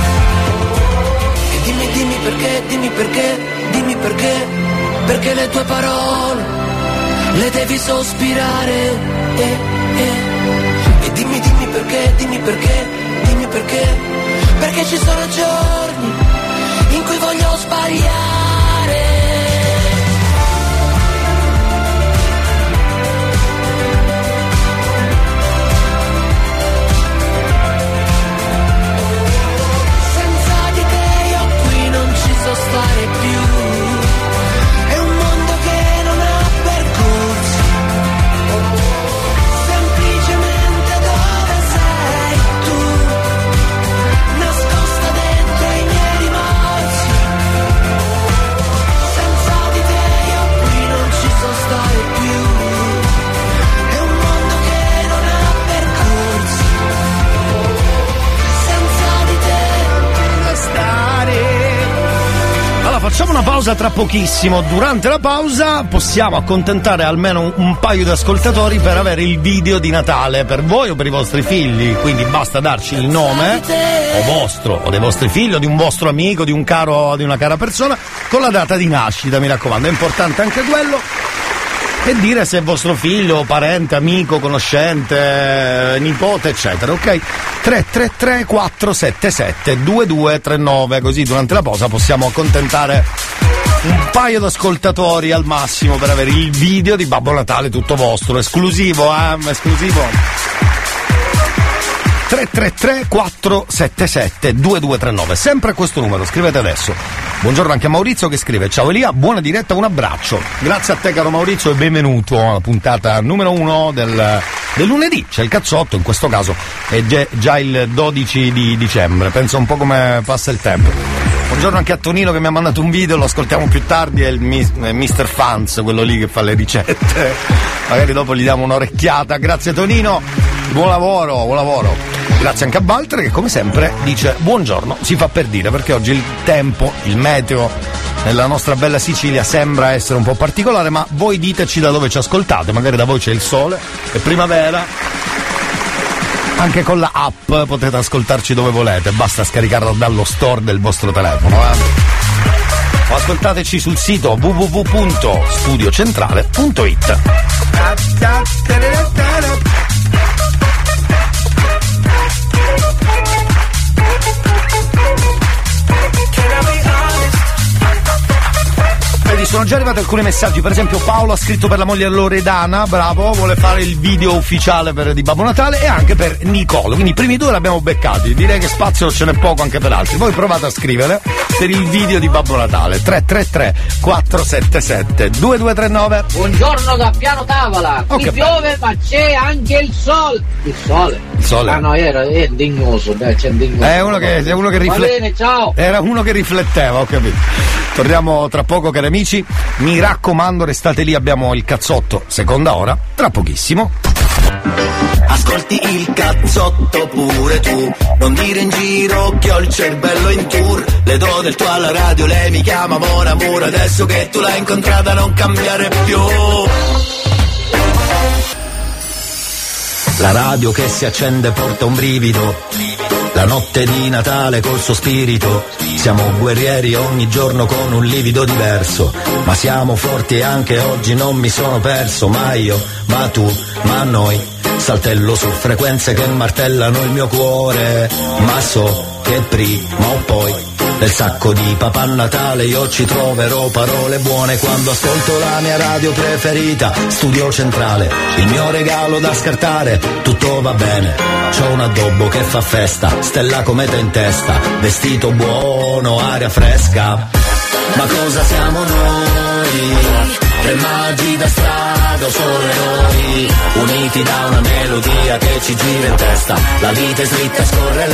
E dimmi, dimmi perché, dimmi perché, dimmi perché. Perché le tue parole le devi sospirare eh, eh. E dimmi, dimmi perché, dimmi perché, dimmi perché. Perché ci sono giorni in cui voglio sbagliare. Senza di te io qui non ci so stare più. Facciamo una pausa tra pochissimo. Durante la pausa possiamo accontentare almeno un, un paio di ascoltatori per avere il video di Natale per voi o per i vostri figli. Quindi basta darci il nome o vostro o dei vostri figli o di un vostro amico, di un caro, di una cara persona, con la data di nascita, mi raccomando, è importante anche quello. E dire se è vostro figlio, parente, amico, conoscente, nipote, eccetera, ok? tre tre tre quattro sette sette due due tre nove, così durante la pausa possiamo accontentare un paio di ascoltatori al massimo per avere il video di Babbo Natale tutto vostro, esclusivo, eh? Esclusivo. tre tre tre quattro sette sette due due tre nove, sempre a questo numero, scrivete adesso. Buongiorno anche a Maurizio che scrive: ciao Elia, buona diretta, un abbraccio. Grazie a te caro Maurizio e benvenuto alla puntata numero uno del, del lunedì. C'è il cazzotto, in questo caso è già, già il dodici di dicembre, pensa un po' come passa il tempo. Buongiorno anche a Tonino che mi ha mandato un video, lo ascoltiamo più tardi, è il mister Fans, quello lì che fa le ricette. Magari dopo gli diamo un'orecchiata. Grazie Tonino, buon lavoro, buon lavoro. Grazie anche a Walter che come sempre dice buongiorno, si fa per dire, perché oggi il tempo, il meteo nella nostra bella Sicilia sembra essere un po' particolare, ma voi diteci da dove ci ascoltate, magari da voi c'è il sole, è primavera. Anche con la app potete ascoltarci dove volete, basta scaricarla dallo store del vostro telefono. Eh? O ascoltateci sul sito w w w punto studio centrale punto i t. Sono già arrivati alcuni messaggi, per esempio Paolo ha scritto per la moglie Loredana, bravo, vuole fare il video ufficiale per, di Babbo Natale, e anche per Nicolo, quindi i primi due li abbiamo beccati, direi che spazio ce n'è poco anche per altri. Voi provate a scrivere per il video di Babbo Natale, tre tre tre quattro sette sette due due tre nove. Buongiorno da Piano Tavola, Oh, qui che piove ma c'è anche il sole. Il sole? Il sole? Ah no, era è dignoso, dai, c'è dignoso. È uno che, è uno che Va riflette. bene, ciao. Era uno che rifletteva, ho capito. Torniamo tra poco, cari amici. Mi raccomando, restate lì, abbiamo il cazzotto, seconda ora, tra pochissimo. Ascolti il cazzotto pure tu, non dire in giro che ho il cervello in tour. Le do del tuo alla radio, lei mi chiama Mon Amour, adesso che tu l'hai incontrata non cambiare più. La radio che si accende porta un brivido, la notte di Natale col suo spirito. Siamo guerrieri ogni giorno con un livido diverso, ma siamo forti e anche oggi non mi sono perso. Ma io, ma tu, ma noi, saltello su frequenze che martellano il mio cuore. Ma so che prima o poi nel sacco di Papà Natale io ci troverò parole buone quando ascolto la mia radio preferita, Studio Centrale. Il mio regalo da scartare, tutto va bene, c'ho un addobbo che fa festa, stella cometa in testa, vestito buono, aria fresca. Ma cosa siamo noi? Tre magi da strada o solo eroi, uniti da una melodia che ci gira in testa, la vita è slitta e scorre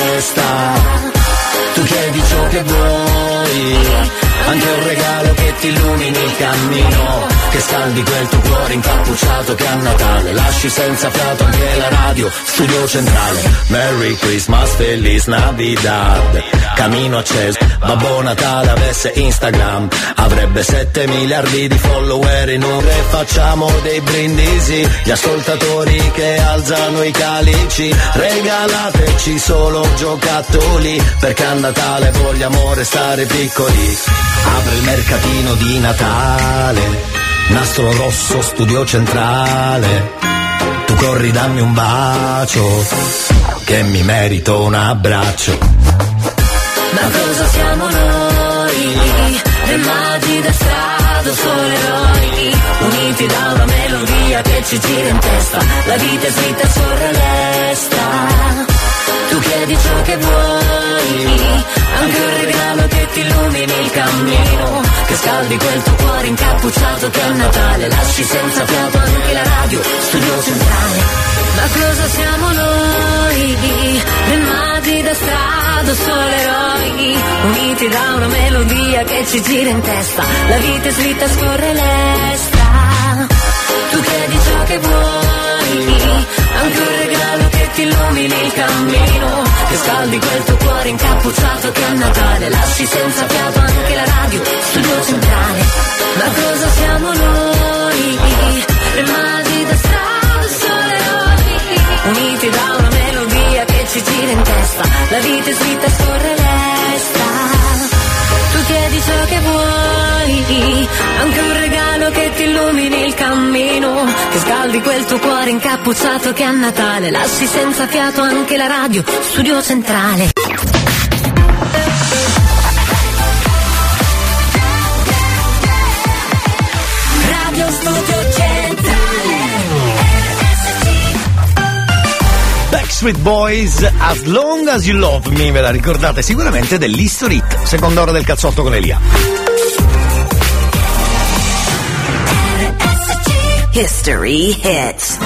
lesta. Tu chiedi ciò che vuoi, anche un regalo che ti illumini il cammino, che scaldi quel tuo cuore incappucciato che a Natale lasci senza fiato anche la radio, Studio Centrale. Merry Christmas, Feliz Navidad, camino acceso, Babbo Natale avesse Instagram, avrebbe sette miliardi di follower in un e facciamo dei brindisi, gli ascoltatori che alzano i calici, regalateci solo giocattoli, perché a Natale vogliamo restare piccoli. Apre il mercatino di Natale, nastro rosso, Studio Centrale, tu corri dammi un bacio, che mi merito un abbraccio. Ma cosa siamo noi? Tre magi da strada, solo eroi, uniti da una melodia che ci gira in testa, la vita è slitta e scorre lesta. Tu chiedi ciò che vuoi, anche un regalo che ti illumini il cammino, che scaldi quel tuo cuore incappucciato che a Natale lasci senza fiato anche la radio, Studio Centrale. Ma cosa siamo noi? Tre magi da strada, solo eroi, uniti da una melodia che ci gira in testa, la vita è slitta e scorre lesta. Tu chiedi ciò che vuoi, anche un regalo che ti illumini il cammino, che scaldi quel tuo cuore incappucciato che a Natale lasci senza fiato anche la radio, Studio Centrale. Ma cosa siamo noi? Tre magi da strada, solo eroi, uniti da una melodia che ci gira in testa, la vita è slitta e scorre lesta. Tu chiedi ciò che vuoi, anche un regalo che ti illumini il cammino, che scaldi quel tuo cuore incappucciato che a Natale lasci senza fiato anche la radio, Studio Centrale. Radio Studio Centrale. Backstreet Boys, As Long As You Love Me, ve la ricordate sicuramente dell'History Hit, seconda ora del cazzotto con Elia. History Hits.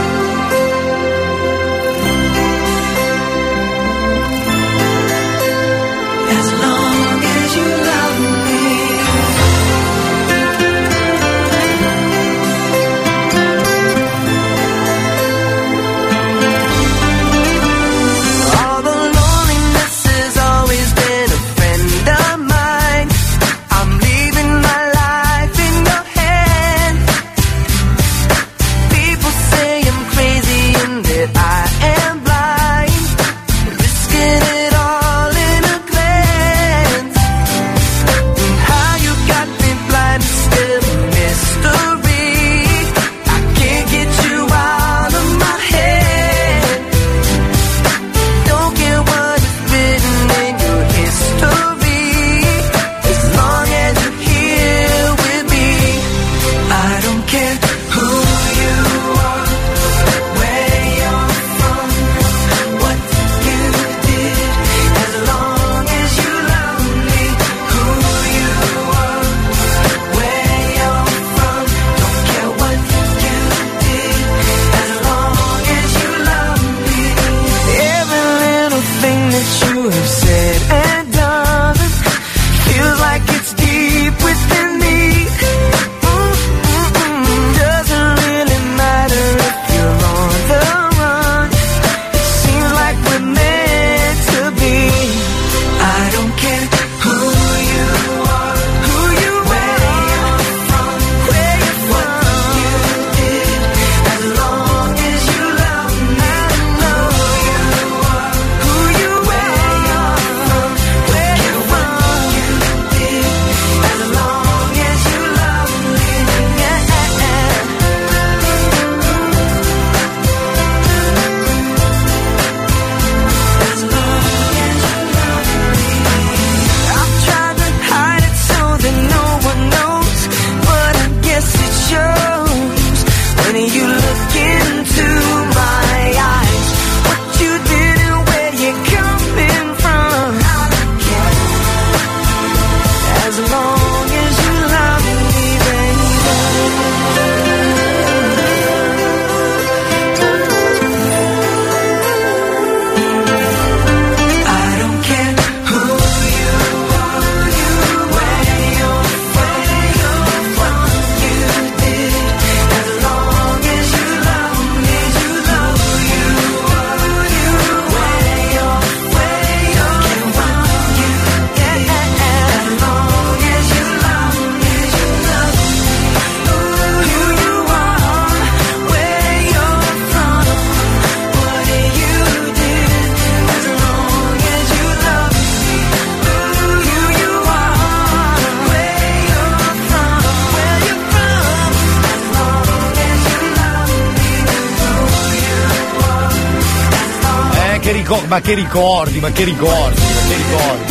Ma che ricordi, ma che ricordi, ma che ricordi.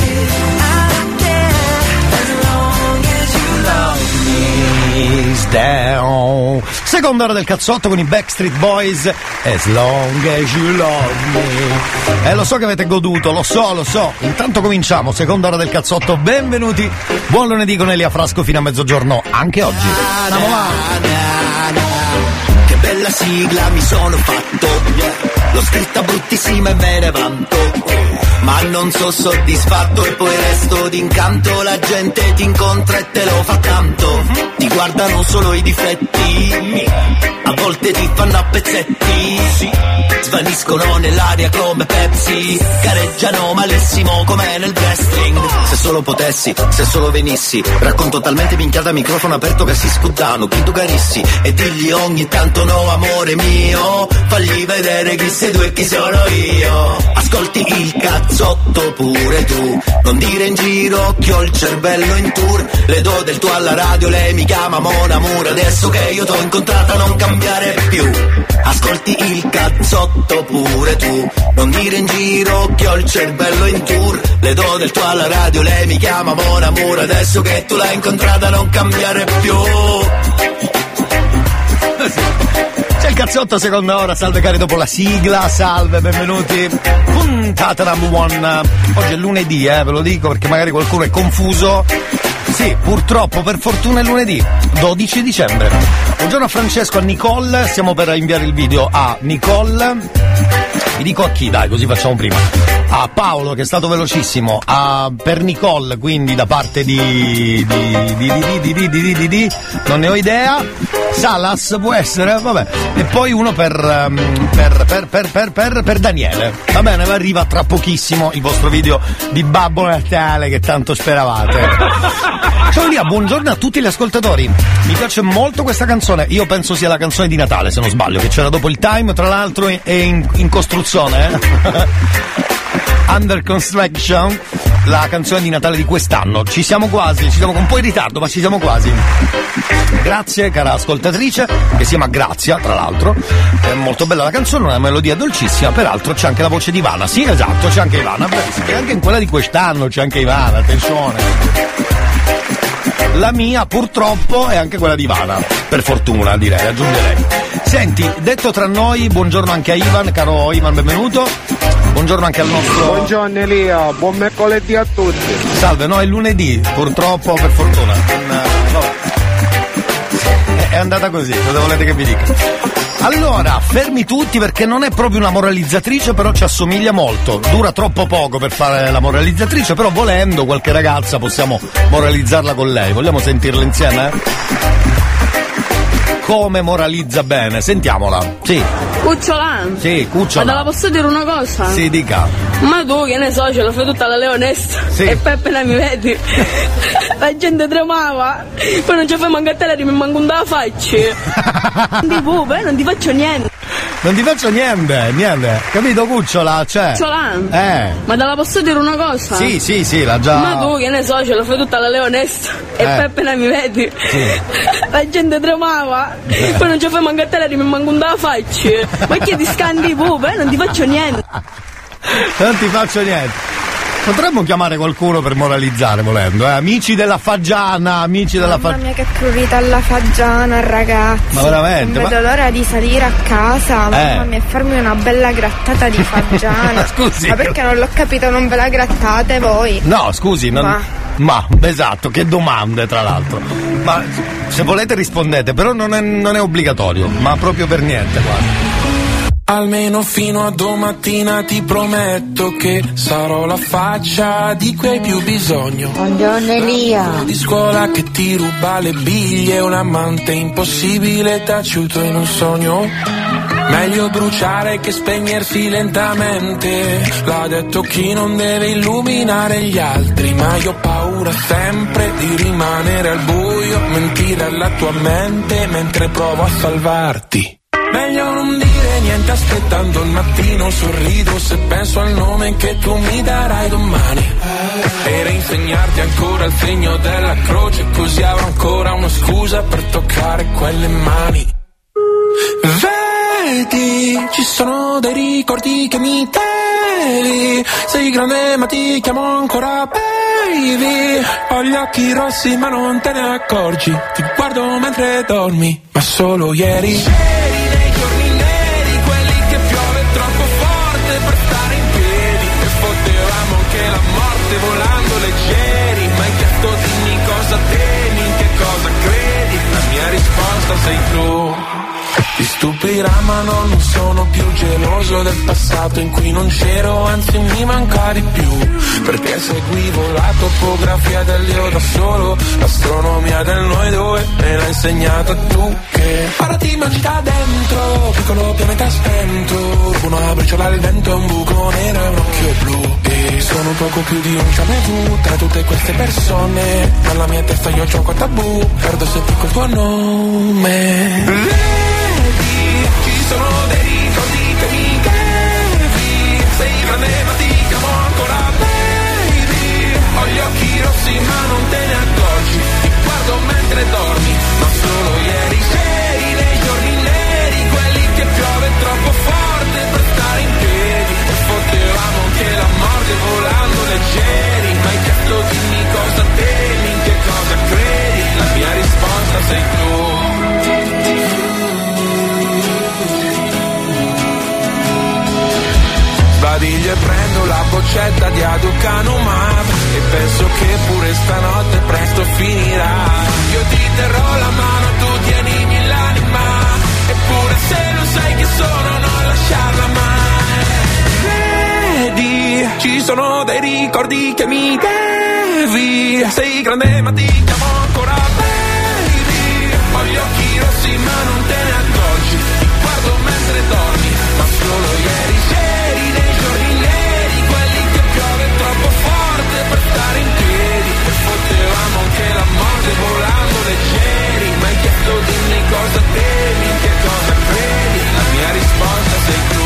Down. Seconda ora del cazzotto con i Backstreet Boys, As Long As You Love Me. Eh, lo so che avete goduto, lo so, lo so. Intanto cominciamo, seconda ora del cazzotto, benvenuti. Buon lunedì con Elia Frasco fino a mezzogiorno, anche oggi. Andiamo avanti. Che bella sigla mi sono fatto, l'ho scritta bruttissima e me ne vanto, ma non so soddisfatto e poi resto d'incanto. La gente ti incontra e te lo fa tanto, ti guardano solo i difetti, a volte ti fanno a pezzetti, svaniscono nell'aria come Pepsi, gareggiano malissimo come nel wrestling. Se solo potessi, se solo venissi, racconto talmente minchiata a microfono aperto che si scuddano, chi tu carissi, e digli ogni tanto no amore mio, fagli vedere chi sei tu e chi sono io. Ascolti il cazzotto pure tu, non dire in giro che ho il cervello in tour, le do del tuo alla radio, lei mi chiama Mon Amour, adesso che io t'ho incontrata non cambiare più. Ascolti il cazzotto pure tu, non dire in giro che ho il cervello in tour, le do del tuo alla radio, lei mi chiama Mon Amour, adesso che tu l'hai incontrata non cambiare più. C'è il Poliziotto, seconda ora, salve cari dopo la sigla, salve, benvenuti. Puntata number one. Oggi è lunedì, eh, ve lo dico perché magari qualcuno è confuso. Sì, purtroppo, per fortuna è lunedì, dodici dicembre. Buongiorno a Francesco, a Nicole, stiamo per inviare il video a Nicole. Vi dico a chi, dai, così facciamo prima. A Paolo, che è stato velocissimo, a per Nicole, quindi da parte di di di di di di di di di di non ne ho idea. Salas può essere, vabbè. E poi uno per per per per per per, per Daniele. Va bene, arriva tra pochissimo il vostro video di Babbo Natale che tanto speravate. Ciao Elia, buongiorno a tutti gli ascoltatori. Mi piace molto questa canzone, io penso sia la canzone di Natale, se non sbaglio, che c'era dopo il Time, tra l'altro è in, in costruzione, eh? Under Construction, la canzone di Natale di quest'anno. Ci siamo quasi, ci siamo con un po' in ritardo, ma ci siamo quasi. Grazie, cara ascoltatrice, che si chiama Grazia, tra l'altro. È molto bella la canzone, una melodia dolcissima, peraltro c'è anche la voce di Ivana. Sì, esatto, c'è anche Ivana. E anche in quella di quest'anno c'è anche Ivana, attenzione. La mia, purtroppo, è anche quella di Ivana. Per fortuna, direi, aggiungerei. Senti, detto tra noi, buongiorno anche a Ivan, caro Ivan, benvenuto. Buongiorno anche al nostro... Buongiorno Elia, buon mercoledì a tutti. Salve, no, è lunedì, purtroppo, per fortuna. Vabbè. È andata così, cosa volete che vi dica? Allora, fermi tutti perché non è proprio una moralizzatrice, però ci assomiglia molto. Dura troppo poco per fare la moralizzatrice, però volendo qualche ragazza possiamo moralizzarla con lei. Vogliamo sentirla insieme? Come moralizza bene, sentiamola. Sì. Cucciolan. Sì, Cucciolan. Ma te la posso dire una cosa? Sì, dica. Ma tu che ne so, ce la fai tutta la leonessa. Sì. E poi appena mi vedi la gente tremava. Poi non ci fai manca a te, mi manco un da faccia. Di pupe, non ti faccio niente. Non ti faccio niente, niente. Capito, Cucciola? Cioè. Cucciolan. Eh. Ma te la posso dire una cosa? Sì, sì, sì, l'ha già. Ma tu che ne so, ce la fai tutta la leonessa. E Eh. poi appena mi vedi Sì. la gente tremava. Poi non ci fai manca a te, mi manco un da faccia. Ma che ti scandi i pupe, non ti faccio niente. Non ti faccio niente. Potremmo chiamare qualcuno per moralizzare volendo, eh? Amici della Faggiana, amici della Mamma Faggiana. mia che priorità alla Faggiana, ragazzi. Ma veramente, Non vedo ma- l'ora di salire a casa, Eh. mamma mia, e farmi una bella grattata di Faggiana. Scusi. Ma perché non l'ho capito, non ve la grattate voi? No, scusi, non... Ma- Ma, esatto, che domande tra l'altro. Ma se volete rispondete, però non è, non è obbligatorio, ma proprio per niente, guarda. Almeno fino a domattina ti prometto che sarò la faccia di cui hai più bisogno. Buongiorno Elia. Di scuola che ti ruba le biglie, un amante impossibile taciuto in un sogno. Meglio bruciare che spegnersi lentamente, l'ha detto chi non deve illuminare gli altri. Ma io ho paura sempre di rimanere al buio, mentire alla tua mente mentre provo a salvarti. Meglio non dire niente aspettando il mattino, sorrido se penso al nome che tu mi darai domani. E reinsegnarti ancora il segno della croce, così avrò ancora una scusa per toccare quelle mani. Vedi, ci sono dei ricordi che mi devi. Sei grande ma ti chiamo ancora baby. Ho gli occhi rossi ma non te ne accorgi. Ti guardo mentre dormi, ma solo ieri. Volando leggeri, ma hai chiesto dimmi cosa temi, in che cosa credi, la mia risposta sei tu. Ti stupirà ma no, non sono più geloso del passato in cui non c'ero, anzi mi manca di più, perché seguivo la topografia dell'io da solo, l'astronomia del noi due me l'ha insegnata tu. Che ora ti magita dentro, piccolo pianeta spento, una briciola al vento e un buco nero e un occhio blu. E sono poco più di un jamais tra tutte queste persone, nella mia testa io gioco a tabù, perdo se dico il tuo nome. Ci sono dei ricordi che mi devi. Sei grande ma ti chiamo ancora baby. Ho gli occhi rossi ma non te ne accorgi. Ti guardo mentre dormi, ma solo ieri c'eri nei giorni neri, quelli che piove troppo forte per stare in piedi. E potevamo anche la morte volando leggeri. Ma hai chiesto dimmi cosa temi, in che cosa credi. La mia risposta sei tu. boccetta di aducanumab e penso che pure stanotte presto finirà. Io ti terrò la mano, tu tienimi l'anima, eppure se lo sai che sono non lasciarla mai. Vedi, ci sono dei ricordi che mi devi, sei grande ma ti chiamo ancora baby. Ho gli occhi rossi ma non te ne accorgi, ti guardo mentre dormi, ma solo ieri c'eri nei giorni neri, quelli che piove troppo forte per stare in piedi, e potevamo anche la morte volando leggeri, ma hai chiesto dimmi cosa temi, in che cosa credi, la mia risposta sei tu.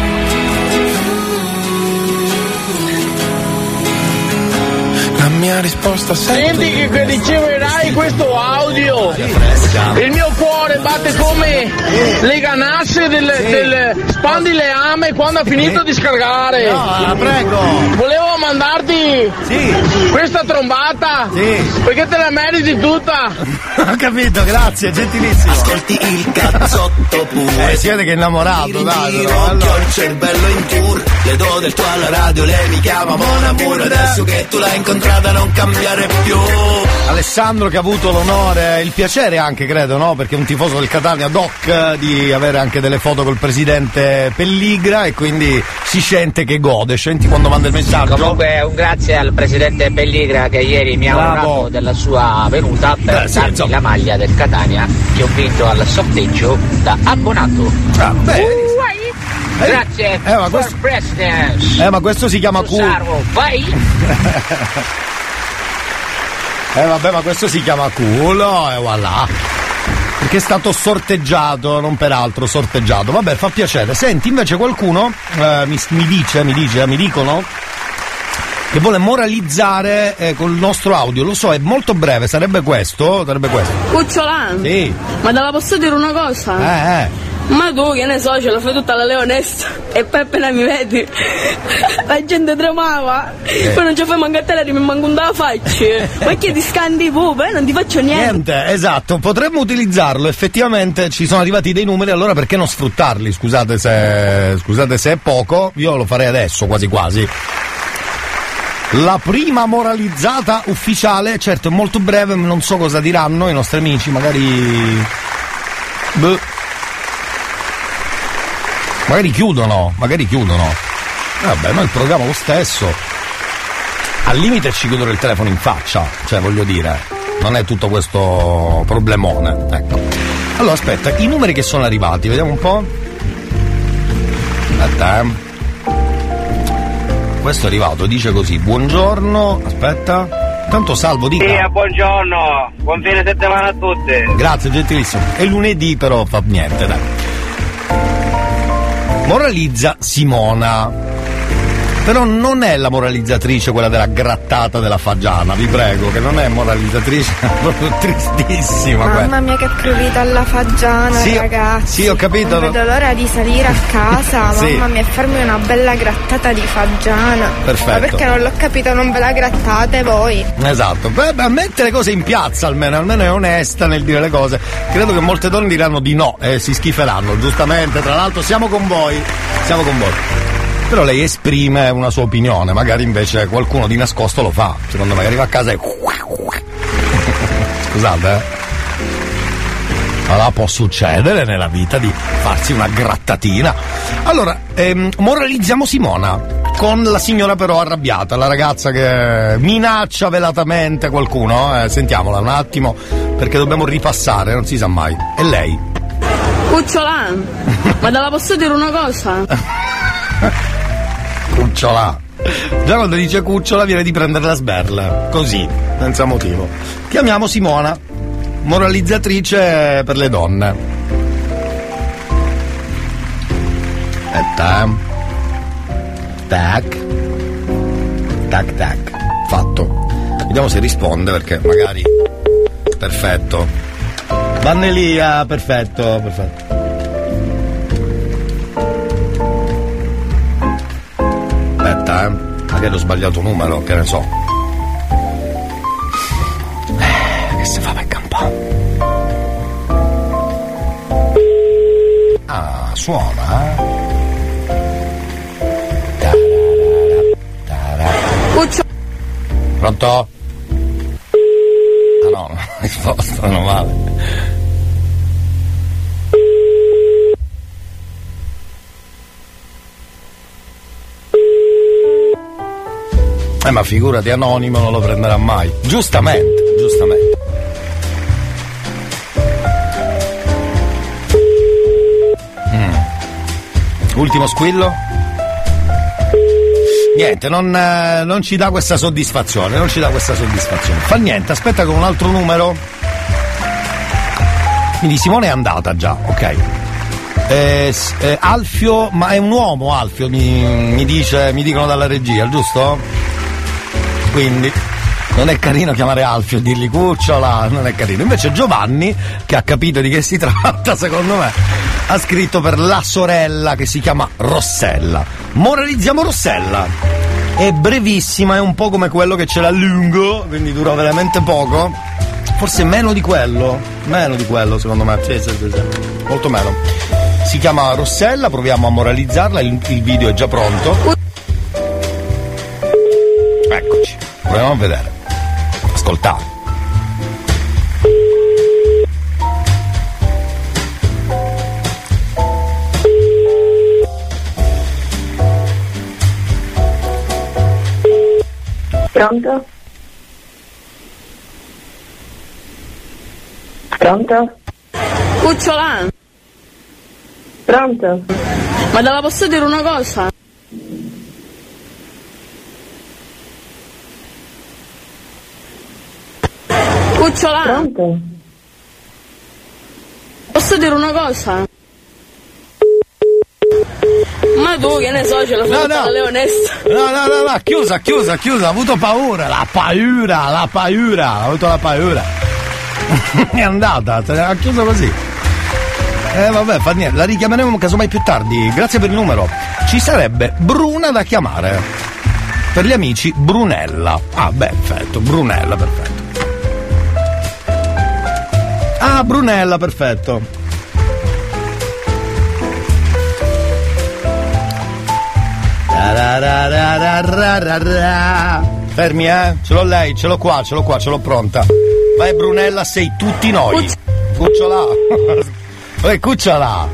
La mia risposta sei Senti tu. che, che riceverai questo audio. Il mio cuore batte come le ganasse del, del spandileame quando ha finito di scaricare. No, prego. Volevo mandarti questa trombata perché te la meriti tutta. Ho capito, grazie, gentilissimo. Ascolti il cazzotto pure. Eh, si vede che è innamorato, dai. Giro, Però, allora. ho il cervello in tour. Le do del tuo alla radio, lei mi chiama Mon Amour. Adesso che tu l'hai incontrata non cambiare più. Alessandro che ha avuto l'onore, il piacere anche credo, no? Perché è un tifoso del Catania doc, di avere anche delle foto col presidente Pelligra e quindi si sente che gode. Senti quando manda il messaggio. Comunque un grazie al presidente Pelligra che ieri mi ha Bravo. onorato della sua venuta per Beh, sì, darmi insomma. la maglia del Catania che ho vinto al sorteggio da abbonato. Ah, beh. Uh, grazie Eh, ma for questo- president. Eh ma questo si chiama culo. Sarvo, vai. Eh vabbè, ma questo si chiama culo e voilà. Perché è stato sorteggiato, non per altro, sorteggiato. Vabbè, fa piacere. Senti, invece qualcuno eh, mi, mi dice, mi dice, mi dicono che vuole moralizzare eh, col nostro audio. Lo so, è molto breve, sarebbe questo, sarebbe questo. Cucciolan? Sì. Ma te la posso dire una cosa? Eh, eh. Ma tu che ne so, ce la fai tutta la leonessa e poi appena mi vedi la gente tremava, Eh. poi non ci fai mancare te, mi manco da faccia. Ma che ti scandi pure, non ti faccio niente. Niente, esatto, potremmo utilizzarlo, effettivamente ci sono arrivati dei numeri, allora perché non sfruttarli? Scusate se, scusate se è poco, io lo farei adesso quasi quasi. La prima moralizzata ufficiale, certo è molto breve, non so cosa diranno i nostri amici, magari... Boh. Magari chiudono, magari chiudono. Vabbè, ma il programma è lo stesso. Al limite ci chiudono il telefono in faccia, cioè voglio dire, non è tutto questo problemone, ecco. Allora aspetta, i numeri che sono arrivati, vediamo un po'. Aspetta, eh. Questo è arrivato, dice così, buongiorno, aspetta. Tanto Salvo, dica. Sì, buongiorno, buon fine settimana a tutti. Grazie, gentilissimo. È lunedì però fa niente, dai. Moralizza Simona. Però non è la moralizzatrice quella della grattata della fagiana, vi prego, che non è moralizzatrice, è proprio tristissima Mamma quella. mia che prurita alla fagiana, Sì, ragazzi. sì, ho capito. Non vedo l'ora di salire a casa, Sì. mamma mia, e farmi una bella grattata di fagiana. Perfetto. Ma perché non l'ho capito, non ve la grattate voi? Esatto, beh, beh, mette le cose in piazza almeno, almeno è onesta nel dire le cose. Credo che molte donne diranno di no e si schiferanno, giustamente, tra l'altro siamo con voi, siamo con voi. Però lei esprime una sua opinione, magari invece qualcuno di nascosto lo fa. Secondo me arriva a casa e... Scusate, eh. Allora può succedere nella vita di farsi una grattatina. Allora, ehm, moralizziamo Simona, con la signora però arrabbiata, la ragazza che minaccia velatamente qualcuno. Eh, sentiamola un attimo, perché dobbiamo ripassare, non si sa mai. E lei? Cucciolan, ma te la posso dire una cosa? Cucciola. Già quando dice cucciola viene di prendere la sberla, così, senza motivo. Chiamiamo Simona, moralizzatrice per le donne. Aspetta. Tac. Tac tac. Fatto. Vediamo se risponde perché magari. Perfetto. Vannelia, perfetto, perfetto. Aspetta, eh. Magari ho sbagliato numero, che ne so. Eh, che si fa per campare? Ah, suona, eh. Pronto? Ah no, non ho risposto, non vale. Eh ma figurati, anonimo non lo prenderà mai. Giustamente, giustamente. Mm. Ultimo squillo? Niente, non, eh, non ci dà questa soddisfazione, non ci dà questa soddisfazione. Fa niente, aspetta con un altro numero. Quindi Simone è andata già, ok. Eh, eh, Alfio, ma è un uomo Alfio, mi, mi dice, mi dicono dalla regia, giusto? Quindi non è carino chiamare Alfio e dirgli cucciola, non è carino. Invece Giovanni, che ha capito di che si tratta, secondo me, ha scritto per la sorella che si chiama Rossella. Moralizziamo Rossella. È brevissima, è un po' come quello che ce l'ha lungo, quindi dura veramente poco. Forse meno di quello, meno di quello secondo me, sì, sì, sì, sì. Molto meno. Si chiama Rossella, proviamo a moralizzarla, il, il video è già pronto. Eccoci, proviamo a vedere, ascoltare. Pronto? Pronto? Cucciola? Pronto? Ma te la posso dire una cosa? Cucciola? Pronto? Posso dire una cosa? Ma tu che ne so, ce l'ho fatta la leonessa. No, no, no, no, chiusa, chiusa, chiusa, ha avuto paura, la paura, la paura, ha avuto la paura. È andata, ha chiuso così. Eh vabbè, fa niente, la richiameremo casomai più tardi. Grazie per il numero. Ci sarebbe Bruna da chiamare. Per gli amici Brunella. Ah, beh, perfetto, Brunella, perfetto. Ah, Brunella, perfetto. Fermi, eh? Ce l'ho lei, ce l'ho qua, ce l'ho qua, ce l'ho pronta. Vai Brunella, sei tutti noi. Cucciola. Ehi, cucciola.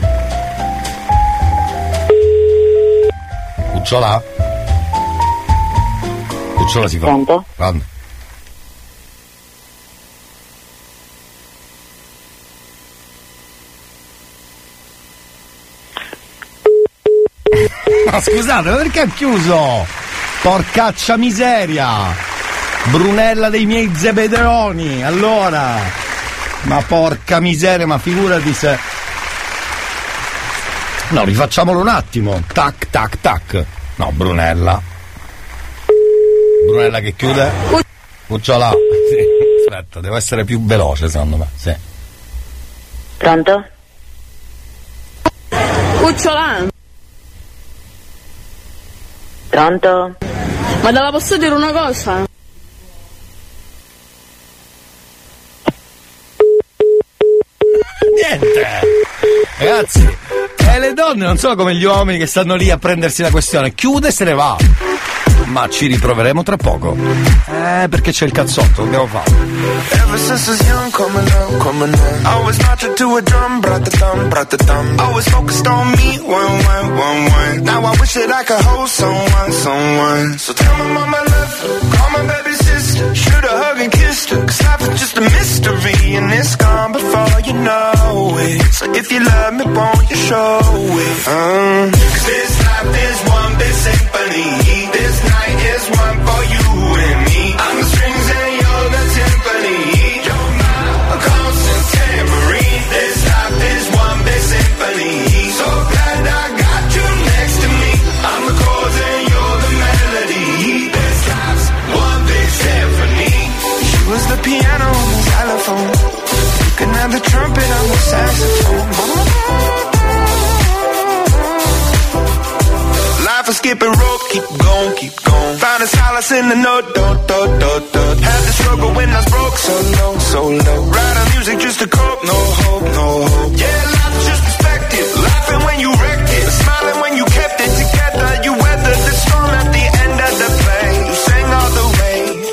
Cucciola. Cucciola si fa. Pronto? Pronto. Ma scusate, ma perché ha chiuso? Porcaccia miseria! Brunella dei miei zebedroni, allora! Ma porca miseria, ma figurati se... No, rifacciamolo un attimo. Tac, tac, tac. No, Brunella. Brunella che chiude. Cucciola. Sì. Aspetta, devo essere più veloce secondo me. Sì. Pronto? Cucciola? Pronto? Ma te la posso dire una cosa? Niente! Ragazzi, eh, le donne non sono come gli uomini che stanno lì a prendersi la questione. Chiude e se ne va. Ma ci riproveremo tra poco. Eh, perché c'è il cazzotto, dobbiamo farlo. Ever since I was young, coming up, coming up. Always marching to a drum, brought the thumb, brought the thumb. Always focused on me, one, one, one, one. Now I wish that I could hold someone, someone. So tell my mama I love her, call my baby sister. Shoot a hug and kissed her, cause life is just a mystery. And it's gone before you know it. So if you love me, won't you show it? Um, cause this life is one big symphony. This night is one for you and me. I'm the strings and you're the timpani. You're my constant tambourine. This life is one big symphony. So glad I got you next to me. I'm the chords and you're the melody. This life's one big symphony. She was the piano on the xylophone. You can have the trumpet on the saxophone. Life is skipping rope, keep going, keep going. Find a solace in the note, do, do, do, do. Had to struggle when I was broke, so low, so low. Writing music just to cope, no hope, no hope. Yeah, life's just perspective. Laughing when you wrecked it, smiling when you kept it together. You weathered the storm at the end of the play. You sang all the way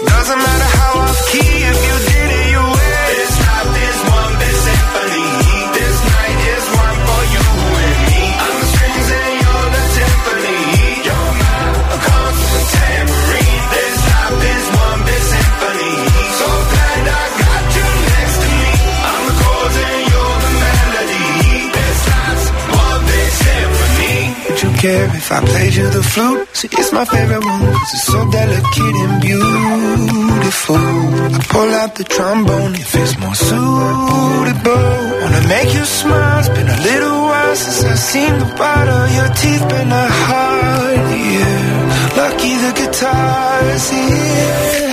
care if I played you the flute? See, it's my favorite one, cause it's so delicate and beautiful. I pull out the trombone if it's more suitable. Wanna make you smile, it's been a little while since I've seen the white of your teeth. Been a hard year, lucky the guitar is here.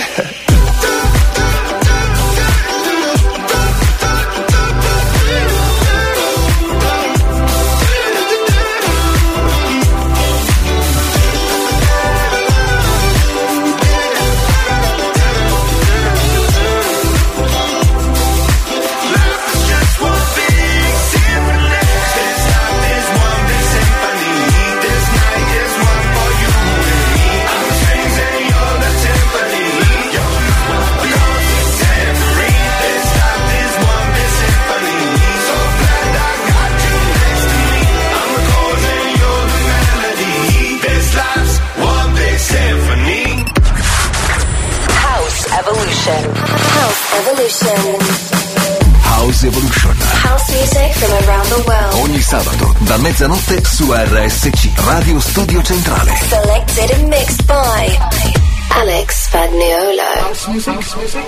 House Evolution. House Evolution. House music from around the world. Ogni sabato da mezzanotte su R S C Radio Studio Centrale. Selected and mixed by Alex Spagnuolo. House music.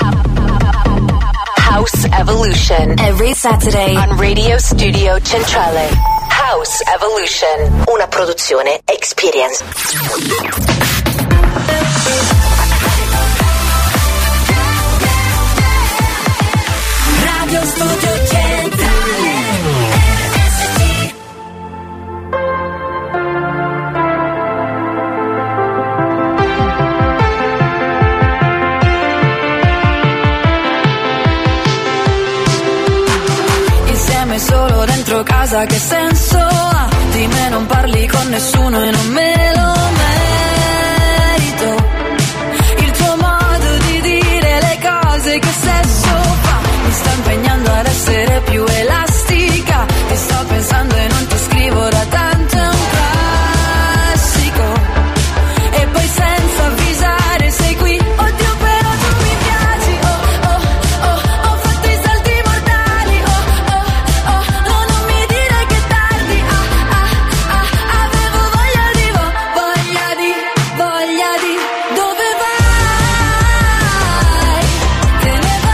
House Evolution. Every Saturday on Radio Studio Centrale. House Evolution. Una produzione Experience. Radio Studio Centrale R S C. Insieme solo dentro casa che senso ha? Di me non parli con nessuno e non me lo merito. Il tuo modo di dire le cose che sesso fa mi sta impegnando ad essere più elastica. Ti sto pensando e non ti scrivo da tanto, è un classico. E poi senza avvisare sei qui. Oddio però tu mi piaci. Oh oh oh, ho fatto i salti mortali. Oh oh oh, no non mi dire che è tardi. Ah ah ah, avevo voglia di vo- voglia di, voglia di. Dove vai? Te ne vai.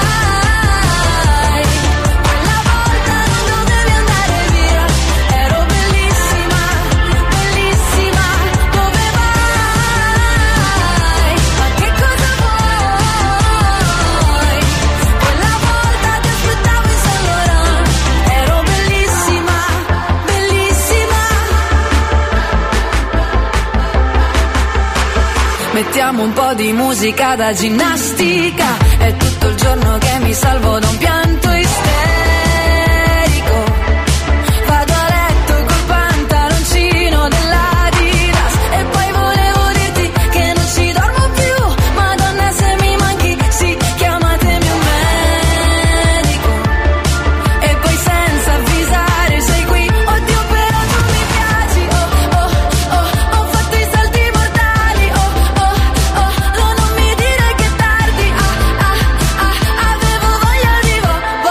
Mettiamo un po' di musica da ginnastica. È tutto il giorno che mi salvo da un pianto isterico. Vado a letto col pantaloncino dell'Adidas. E poi volevo dirti che non ci dormo più. Madonna se mi manchi, sì, chiamatemi un medico. E poi senza avvisare sei qui. Oddio però tu mi piaci. Oh oh oh, ho fatto i salti mortali. Oh oh oh, no non mi dire che è tardi. Ah ah ah, avevo voglia di vo-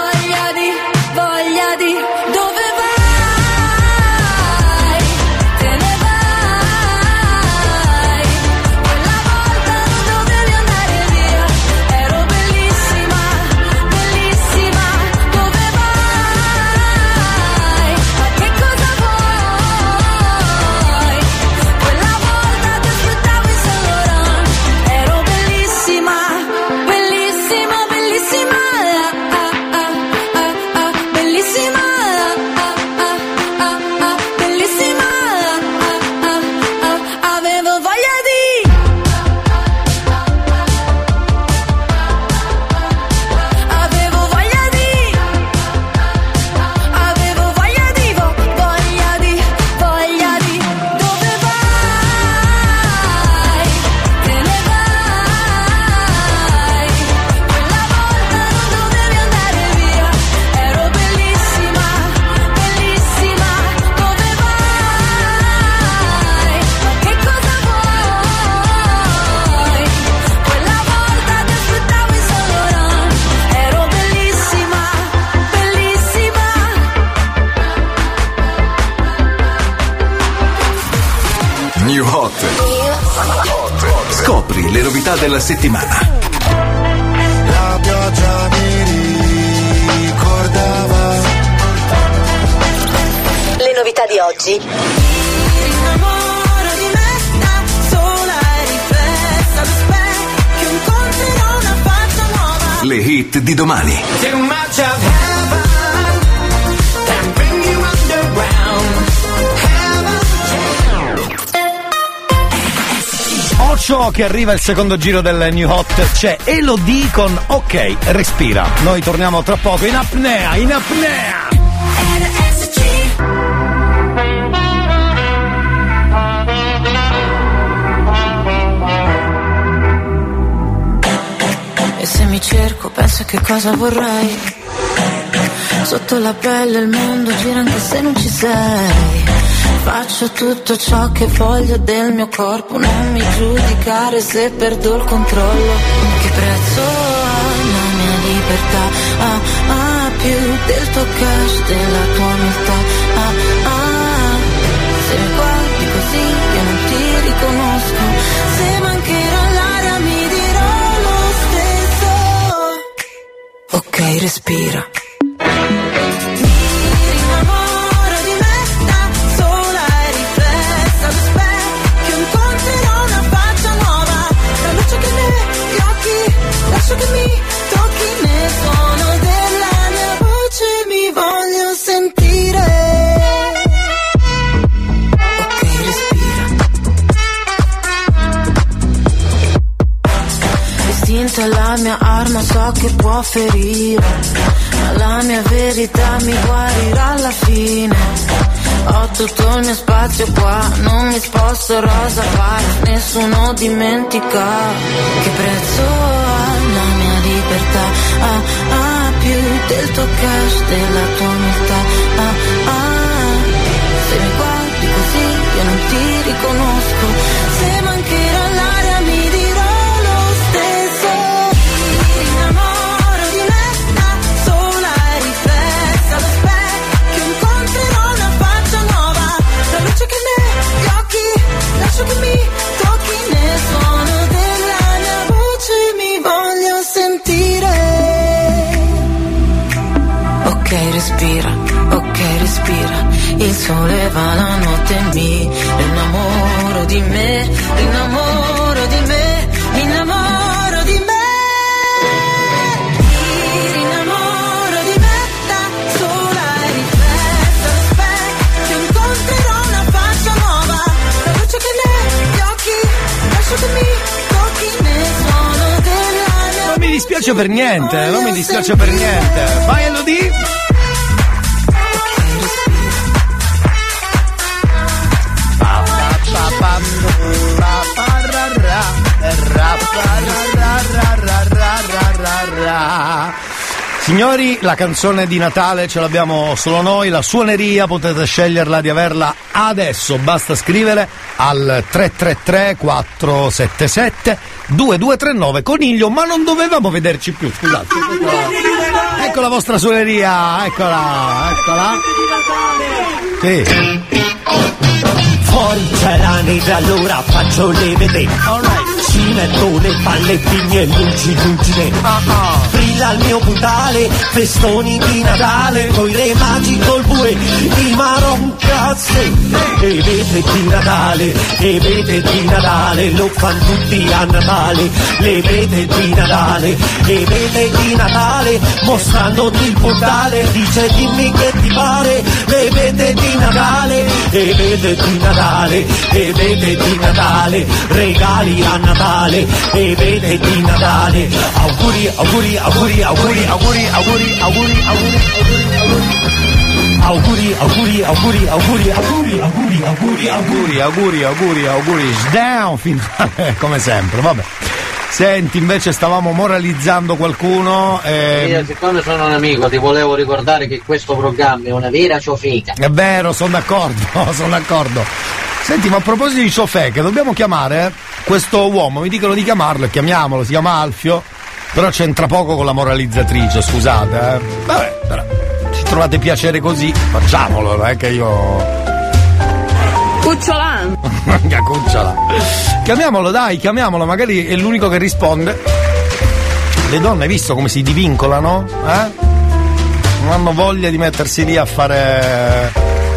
Scopri le novità della settimana. La pioggia mi ricordava. Le novità di oggi. Innamoro di me da sola e riflessa allo specchio, incontrerò una faccia nuova. Le hit di domani. Too much of heaven can bring you underground. Ocio che arriva il secondo giro del New Hot, c'è Elodie con Ok, respira. Noi torniamo tra poco in apnea, in apnea. E se mi cerco penso che cosa vorrei. Sotto la pelle il mondo gira anche se non ci sei. Faccio tutto ciò che voglio del mio corpo, non mi giudicare se perdo il controllo. Che prezzo ha la mia libertà? Ah, ah, più del tuo cash, della tua umiltà. Ah, ah, se mi guardi così io non ti riconosco. Se mancherà l'aria mi dirò lo stesso. Ok, respira. Lascio che mi tocchi nel suono della mia voce, mi voglio sentire. Ok, respira. L'istinto è la mia arma, so che può ferire, ma la mia verità mi guarirà alla fine. Ho tutto il mio spazio qua, non mi sposto rosa pari, nessuno dimentica. Che prezzo ha la mia libertà? Ah, ah, più del tuo cash, della tua umiltà. Ah, ah, se mi guardi così io non ti riconosco. Se mancherà l'aria mi dirò lo stesso. Innamoro di me da sola e riflessa allo specchio, incontrerò una faccia nuova. La luce che negli occhi, lascio che mi tocchi nel suono della mia voce, mi voglio sentire. Ok, respira, ok, respira. Il sole va, la notte mi innamoro di me, innamoro di me, innamoro di me. Mi innamoro di me da sola e riflessa allo specchio, incontrerò una faccia nuova. La luce che negli occhi, lascio che mi tocchi nel suono della mia. Non mi dispiace per niente, non mi dispiace per niente. Vai Elodie. Signori, la canzone di Natale ce l'abbiamo solo noi, la suoneria potete sceglierla di averla adesso, basta scrivere al tre tre tre quattro sette sette due due tre nove Coniglio, ma non dovevamo vederci più, scusate. Eccola, ecco la vostra suoneria, eccola, eccola. Sì. Fuori c'è la neve, allora faccio le vedere. Ci metto le pallettine e luci lucide. Brilla il mio puntale, festoni di Natale, coi re magi col bue, i maroncazze. E vede di Natale, e vede di Natale, lo fanno tutti a Natale. Le vede di Natale, e vede di Natale, mostrandoti il puntale, dice dimmi che ti pare. Le vede di Natale, e vede di Natale, e vede di Natale, regali a Natale, e vede di Natale. Auguri, auguri, auguri, auguri, auguri, auguri, auguri, auguri, auguri, auguri, auguri, auguri, auguri, auguri, auguri, auguri, auguri, auguri, auguri, auguri, sdown finale, come sempre, vabbè. Senti, invece stavamo moralizzando qualcuno. E... Io, siccome sono un amico, ti volevo ricordare che questo programma è una vera ciofeca. È vero, sono d'accordo, sono d'accordo. Senti, ma a proposito di ciofeche, dobbiamo chiamare questo uomo, mi dicono di chiamarlo e chiamiamolo, si chiama Alfio, però c'entra poco con la moralizzatrice, scusate, eh. Vabbè, però, ci trovate piacere così, facciamolo, non è che io... Cucciolan. Manca cucciola. Chiamiamolo, dai, chiamiamolo, magari è l'unico che risponde. Le donne, hai visto come si divincolano? Eh? Non hanno voglia di mettersi lì a fare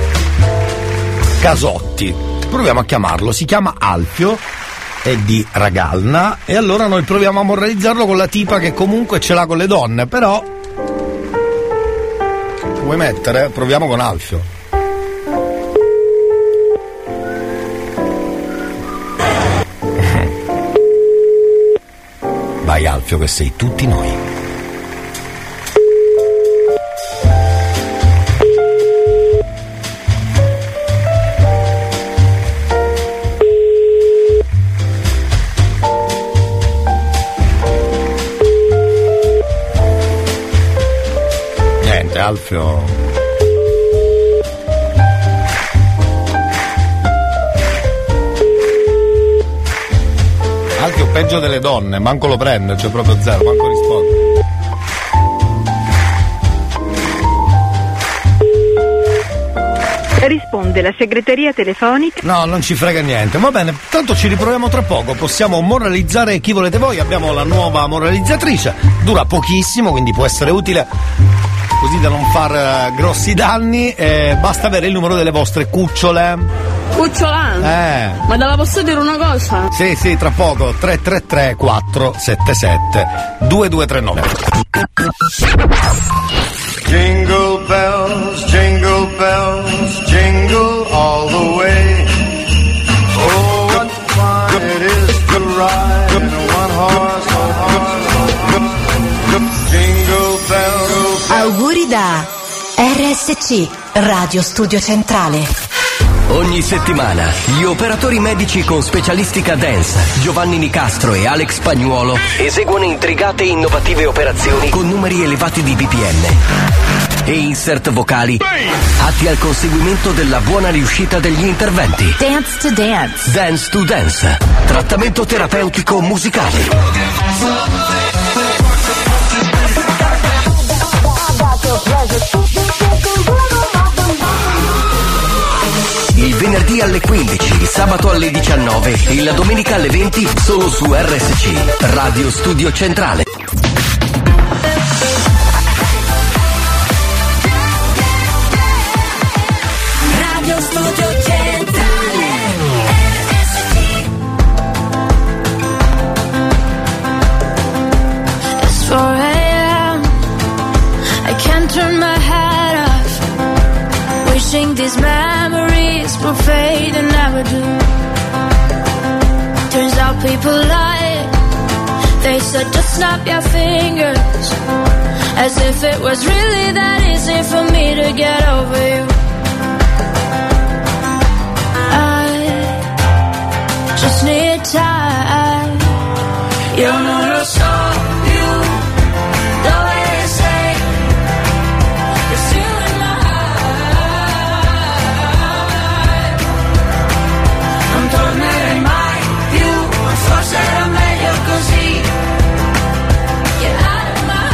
casotti. Proviamo a chiamarlo, si chiama Alfio, è di Ragalna, e allora noi proviamo a moralizzarlo con la tipa che comunque ce l'ha con le donne, però vuoi mettere? Proviamo con Alfio. Vai Alfio, che sei tutti noi. Niente, Alfio. Alfio peggio delle donne, manco lo prende, cioè proprio zero, manco risponde. Risponde la segreteria telefonica. No, non ci frega niente. Va bene, tanto ci riproviamo tra poco. Possiamo moralizzare chi volete voi. Abbiamo la nuova moralizzatrice. Dura pochissimo, quindi può essere utile, così da non far grossi danni. Eh, basta avere il numero delle vostre cucciole. Cucciolan? Eh. Ma te la posso dire una cosa? Sì, sì, tra poco. tre tre tre quattro sette sette due due tre nove. Jingle bells, jingle bells, jingle all the way. Oh, what fun it is to ride in a one-horse open jingle bells. Auguri da R S C, Radio Studio Centrale. Ogni settimana gli operatori medici con specialistica dance, Giovanni Nicastro e Alex Spagnuolo, eseguono intrigate e innovative operazioni con numeri elevati di B P M e insert vocali atti al conseguimento della buona riuscita degli interventi. Dance to Dance. Dance to Dance. Trattamento terapeutico musicale. Il venerdì alle quindici, il sabato alle diciannove e la domenica alle venti solo su R S C, Radio Studio Centrale. Radio Studio Centrale R S C. It's four a.m. I can't turn my head off, wishing these memories will fade and never do. Turns out people lie. They said just snap your fingers, as if it was really that easy for me to get over you. I just need time. Io non lo so più dove sei. You're still in my heart. Non tornerei mai più, ma forse era meglio così. Get out of my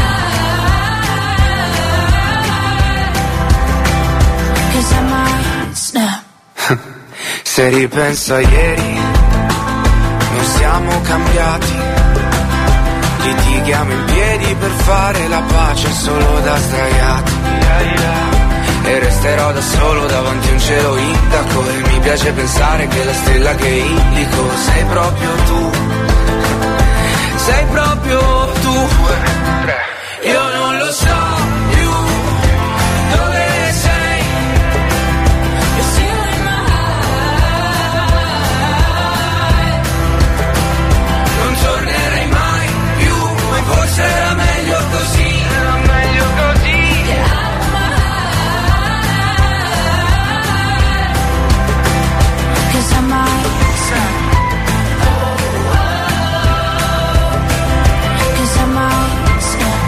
heart. 'Cause I might snap. Se ripenso a ieri, non siamo cambiati. Litighiamo in piedi per fare la pace solo da sdraiati. E resterò da solo davanti a un cielo indaco. E mi piace pensare che la stella che indico sei proprio tu. Sei proprio tu. Io non lo so più dove sei. You're still in my heart. Non tornerei mai più, ma forse era meglio così. Era meglio così. Get out of my heart. 'Cause I might snap. 'Cause I might snap.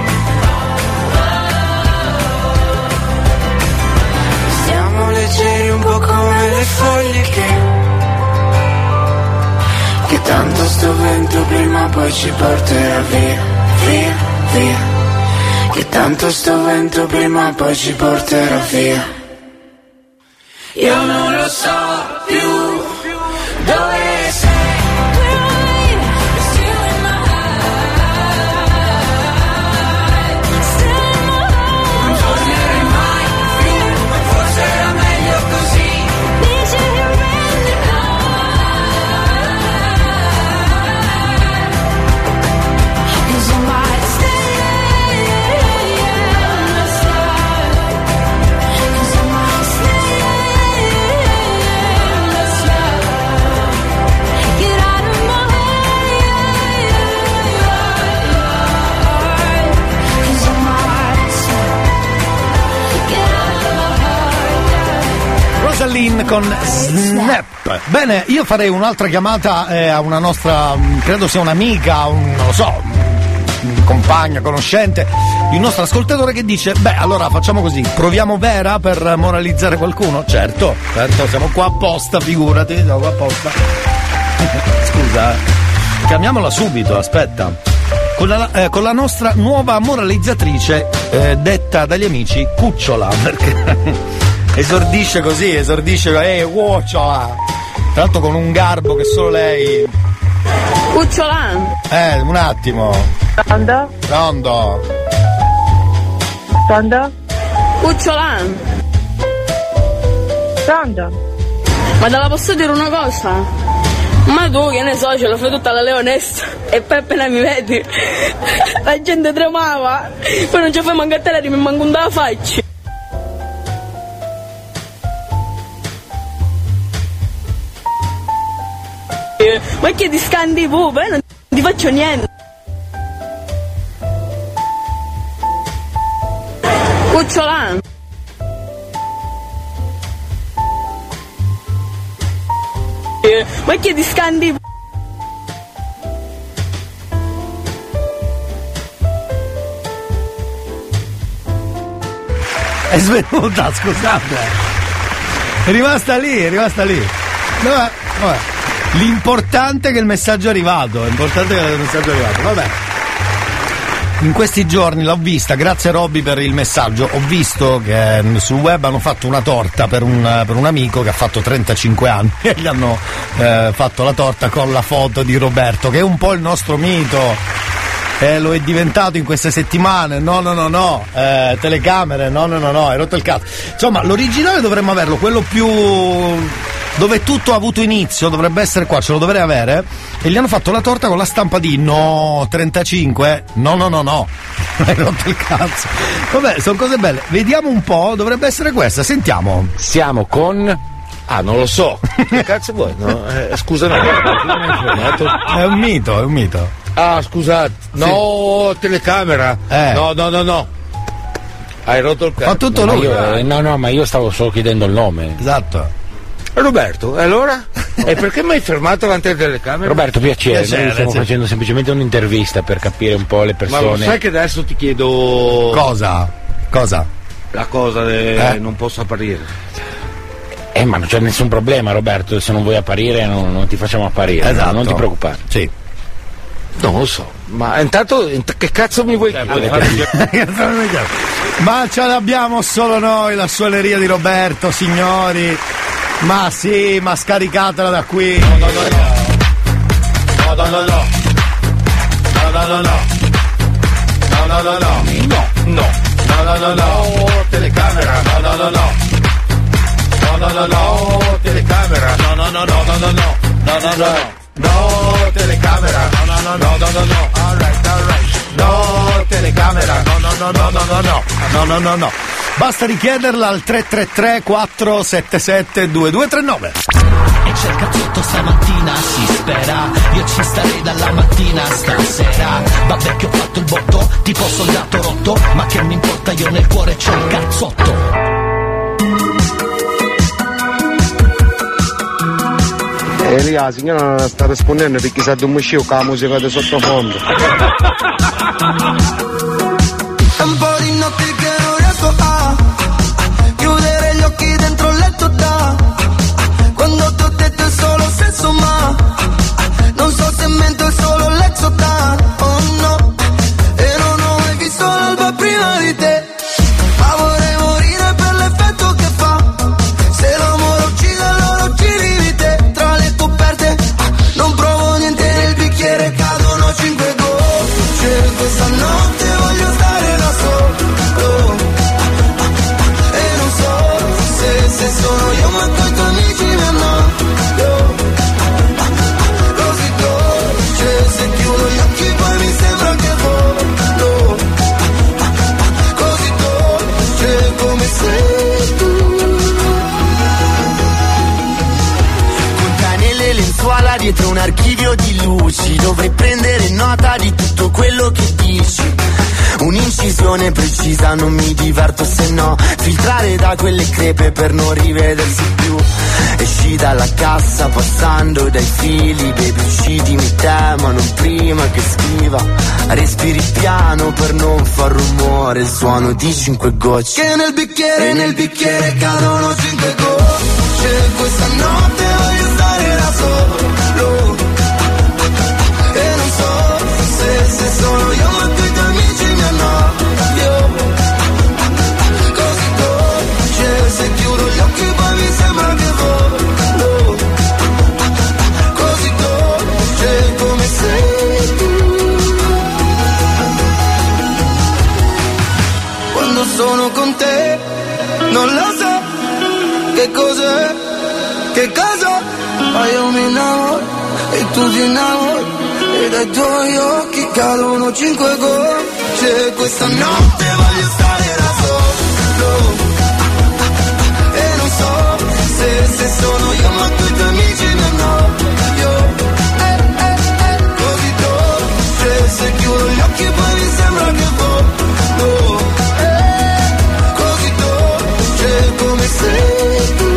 Stiamo leggeri un po' come le foglie che Che tanto sto vento prima o poi ci porterà via, via, via. Che tanto sto vento prima o poi ci porterà via. io non lo so più dove sei. Non tornerai mai più, ma forse era meglio così. Rosalind con Snap. Bene, io farei un'altra chiamata eh, a una nostra, credo sia un'amica, un, non lo so, un compagna, conoscente di un nostro ascoltatore che dice: beh, allora facciamo così, proviamo Vera per moralizzare qualcuno? Certo, certo, siamo qua apposta, figurati, siamo qua apposta. Scusa, chiamiamola subito, aspetta. Con la, eh, con la nostra nuova moralizzatrice, eh, detta dagli amici Cucciola, perché esordisce così, esordisce, ehi, Cucciola, tra l'altro con un garbo che solo lei. Cucciola. Eh, un attimo. Pronto? Pronto? Pronto? Cucciola. Pronto? Ma te la posso dire una cosa? Ma tu che ne so, ce la fai tutta la leonessa e poi appena mi vedi la gente tremava, poi non ci fai mancare a te, mi manco da faccia. Ma che ti scandi pure, non ti faccio niente. Cucciola. Ma che ti scandi? È svenuta, scusate. È rimasta lì, è rimasta lì. Vabbè, vabbè. L'importante è che il messaggio è arrivato, è importante che il messaggio è arrivato, vabbè. In questi giorni l'ho vista, grazie Robby per il messaggio, ho visto che sul web hanno fatto una torta per un, per un amico che ha fatto trentacinque anni e gli hanno eh, fatto la torta con la foto di Roberto, che è un po' il nostro mito, eh, lo è diventato in queste settimane, no no no no, eh, telecamere, no no no no, hai rotto il cazzo. Insomma, l'originale dovremmo averlo, quello più... dove tutto ha avuto inizio, dovrebbe essere qua, ce lo dovrei avere, e gli hanno fatto la torta con la stampa di no trentacinque, no no no no, hai rotto il cazzo. Vabbè, sono cose belle, vediamo un po', dovrebbe essere questa, sentiamo. Siamo con... ah, non lo so, che cazzo vuoi? No, eh, scusa, no, è un mito, è un mito. Ah, scusate, no, sì. Telecamera, eh. no no no no, hai rotto il cazzo. Ma tutto no, lui. Io, eh, no no, ma io stavo solo chiedendo il nome. Esatto. Roberto, e allora? E perché mi hai fermato davanti alle telecamere? Roberto, piacere, piacere noi stiamo sì. facendo semplicemente un'intervista per capire un po' le persone. Ma lo sai che adesso ti chiedo... Cosa? Cosa? La cosa de... eh? Non posso apparire. Eh, ma non c'è nessun problema, Roberto, se non vuoi apparire non, non ti facciamo apparire, esatto. no? Non ti preoccupare. Sì. Non lo so, ma intanto che cazzo mi vuoi chiedere? Ma ce l'abbiamo solo noi la suoneria di Roberto, signori. Ma sì, ma scaricatela da qui. No, no, no, no. No, no, no, no. No, no, no, no. No, no, no, no. No, no. No, no, no, no. Telecamera. No, no, no, no. No, no, no, no. Telecamera. No, no, no, no, no, no, no. No, no, no, no. No, telecamera. No, no, no, no, no, no, no. All right, all right. No, telecamera. No, no, no, no, no, no, no. No, no, no, no. Basta richiederla al tre tre tre quattro sette sette due due tre nove. E c'è il cazzotto stamattina, si spera. Io ci starei dalla mattina stasera. Vabbè che ho fatto il botto, tipo soldato rotto. Ma che mi importa, io nel cuore c'ho il cazzotto. Elia, la signora non sta rispondendo perché si addormisce con la musica di sottofondo. Un po' di notti che non riesco a chiudere gli occhi dentro il letto da quando ti ho detto è solo sesso, ma non so se mento, è solo l'exo da. Oh no, e non ho mai visto l'alba prima di te, ma vorrei morire per l'effetto che fa se l'amore archivio di luci, dovrei prendere nota di tutto quello che dici. Un'incisione precisa, non mi diverto se no. Filtrare da quelle crepe per non rivedersi più. Esci dalla cassa passando dai fili, baby uccidimi te ma non prima che scriva. Respiri piano per non far rumore, il suono di cinque gocce che nel bicchiere, nel bicchiere cadono cinque gocce. Questa notte voglio stare da solo e non so se, se sono io ma tu i tuoi amici mi annoio. Così dolce, se chiudo gli occhi poi mi sembra che volo. Così dolce come sei tu. Quando sono con te non lo so che cos'è, che cosa, ma io mi innamoro e tu ti innamori e dai tuoi occhi cadono cinque gocce. Questa notte voglio stare da solo e non so se, se sono io ma tu i tuoi amici mi annoio. Eh, eh, eh, così dolce, se chiudo gli occhi poi mi sembra che volo. Eh, così dolce come sei tu.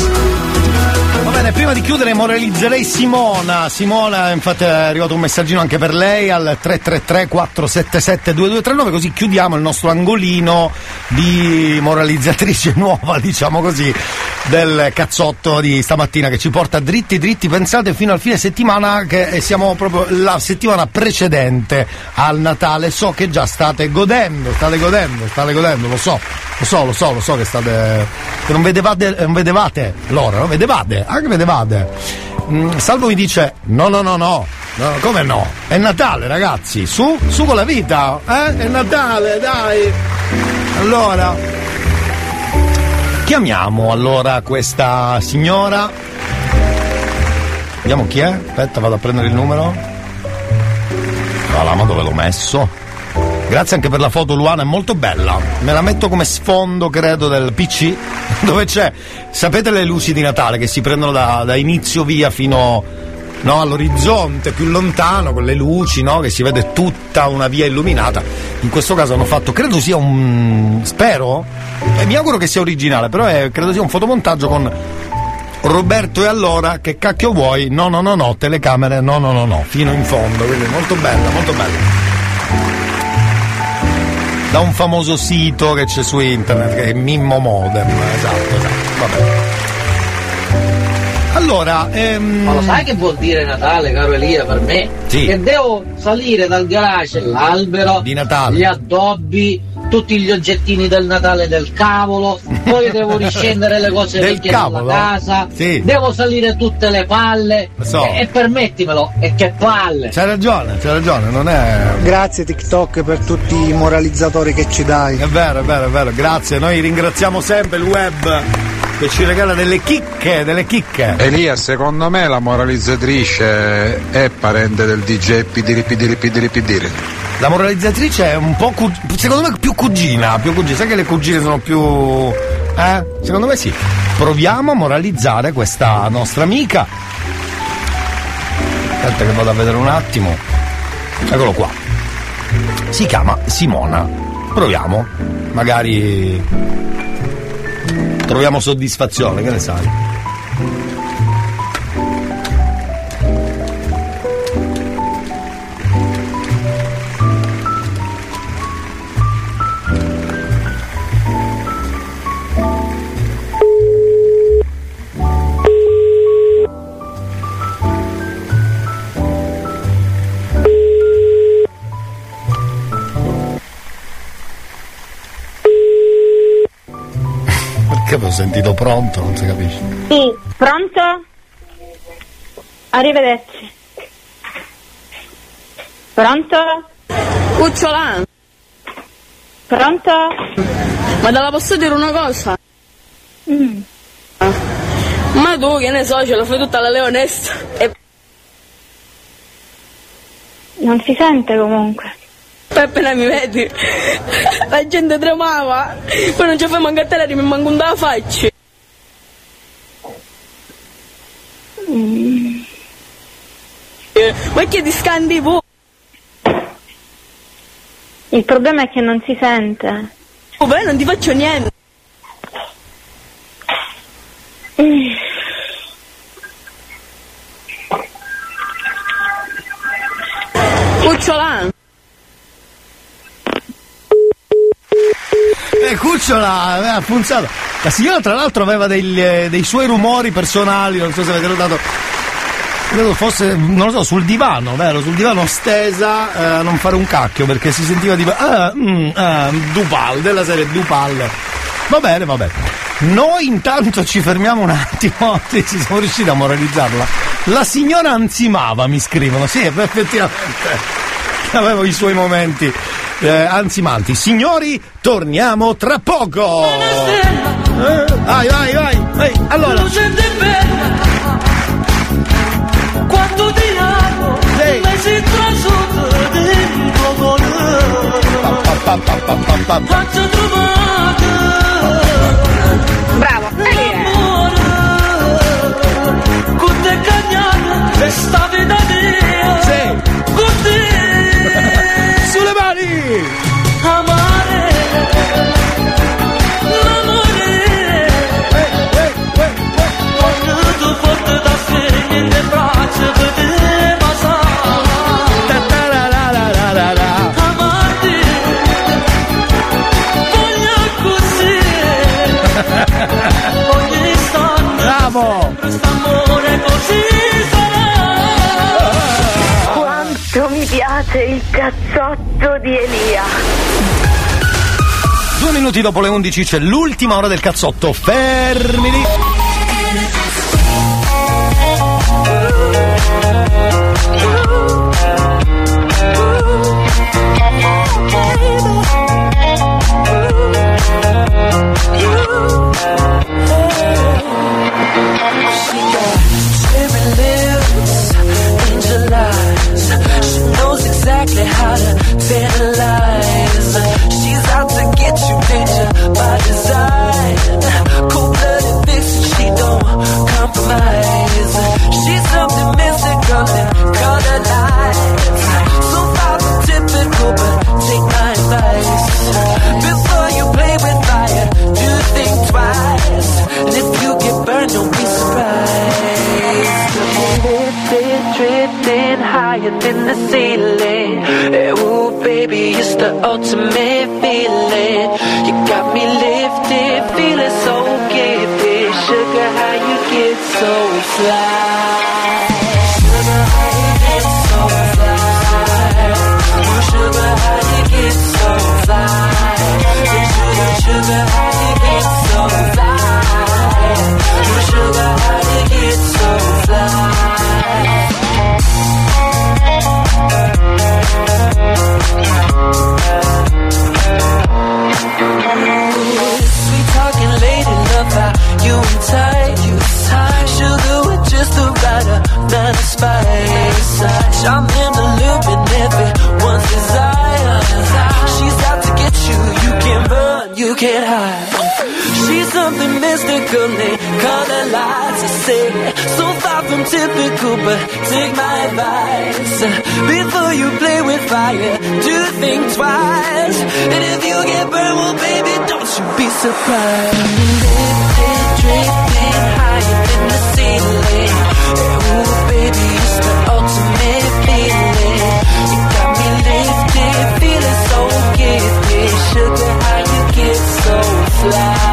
Prima di chiudere moralizzerei Simona. Simona, infatti è arrivato un messaggino anche per lei al tre tre tre quattro sette sette due due tre nove, così chiudiamo il nostro angolino di moralizzatrice nuova, diciamo così, del cazzotto di stamattina, che ci porta dritti dritti, pensate, fino al fine settimana, che siamo proprio la settimana precedente al Natale. So che già state godendo, state godendo, state godendo, lo so, lo so, lo so, lo so che state, che non vedevate, non vedevate l'ora, no? Vedevate, anche vedevate. Mm, Salvo mi dice no no no no no, come no? È Natale, ragazzi, su, su con la vita, eh? È Natale, dai. Allora chiamiamo allora questa signora, vediamo chi è. Aspetta, vado a prendere il numero. Ah, ma dove l'ho messo? Grazie anche per la foto, Luana, è molto bella. Me la metto come sfondo, credo, del P C, dove c'è, sapete, le luci di Natale che si prendono da, da inizio via fino, no, all'orizzonte più lontano, con le luci, no, che si vede tutta una via illuminata. In questo caso hanno fatto, credo sia un, spero, eh, mi auguro che sia originale, però è, credo sia un fotomontaggio con Roberto e allora che cacchio vuoi, no no no no, telecamere, no no no no, fino in fondo, quindi molto bella, molto bella. Da un famoso sito che c'è su internet, che è Mimmo Modem, esatto, esatto, vabbè. Allora, ehm... ma lo sai che vuol dire Natale, caro Elia, per me? Sì. Che devo salire dal garage, l'albero, di Natale, gli addobbi, tutti gli oggettini del Natale del cavolo, poi devo riscendere le cose del vecchie cavolo? dalla casa, sì. Devo salire tutte le palle, so. e, e permettimelo, e che palle! C'hai ragione, c'hai ragione, non è... Grazie TikTok per tutti i moralizzatori che ci dai. È vero, è vero, è vero, grazie, noi ringraziamo sempre il web che ci regala delle chicche, delle chicche. Elia, secondo me la moralizzatrice è parente del D J Pidiri Pidiri Pidiri Pidiri. La moralizzatrice è un po', cu- secondo me più cugina, più cugina, sai che le cugine sono più, eh? Secondo me sì. Proviamo a moralizzare questa nostra amica. Aspetta che vado a vedere un attimo. Eccolo qua. Si chiama Simona. Proviamo. Magari troviamo soddisfazione, che ne sai? Che avevo sentito pronto, non si capisce. Sì, pronto? Arrivederci. Pronto? Ucciolan. Pronto? Ma te la posso dire una cosa? Mm. Ma tu, che ne so, ce la fai tutta la leonessa. E... non si sente comunque. Peppe, non mi vedi? La gente tremava, poi non ci fai mancare a te, mi manco da faccia. Mm. Ma che ti scandi voi? Il problema è che non si sente. Oh, beh, non ti faccio niente. Mm. Cucciola. Eh, Cucciola aveva funzionato. La signora tra l'altro aveva dei, dei suoi rumori personali, non so se avete notato. Credo fosse, non lo so, sul divano, vero? Sul divano stesa eh, a non fare un cacchio perché si sentiva di ah, mm, ah, Dupal, della serie Dupal. Va bene, va bene. Noi intanto ci fermiamo un attimo, sì, siamo riusciti a moralizzarla. La signora ansimava, mi scrivono, sì, effettivamente avevo i suoi momenti eh, ansimanti. Signori, torniamo tra poco. Eh, vai, vai, vai, vai. Allora. Quanto ti amo, sì. mi si trasotto dentro con faccio trovato. Bravo, amore, con te cagnata, questa vita mia, sì. con te, sulle mani, amare, l'amore, quando tu forte da sé, niente braccia per te, ma sa, amarti, voglio così, ogni istante, bravo, quest'amore così sarà. Quanto mi piace il cazzotto di Elia. Due minuti dopo le undici c'è l'ultima ora del cazzotto. Fermi lì. Exactly how to tantalize. She's out to get you, danger by design. Cold-blooded vixen, she don't compromise. She's something mystical and color lights. So far from typical, but take my advice. Before you play with fire, do think twice. And if you get burned, don't be surprised. Lifted, drifting higher than the ceiling. Hey, ooh, baby, it's the ultimate feeling. You got me lifted, feeling so gifted. Sugar, how you get so fly? Sugar, how you get so fly? Ooh, sugar, how you get so fly? Sugar, sugar, how you get so fly? Ooh, sugar, how you get so fly? Sweet talking lady, love how you and tight, you tight. Sugar with just the right amount of spice. Charm in the loop and everyone's desire. She's out to get you, you can't run, you can't hide. She's something mystical, they color lights, I say. So far from typical, but take my advice. Before you play with fire, do think twice. And if you get burned, well baby, don't you be surprised. Lifted, drifting higher than the ceiling. Ooh baby, it's the ultimate feeling. You got me lifted, feeling so gifted. Sugar, how you get so fly?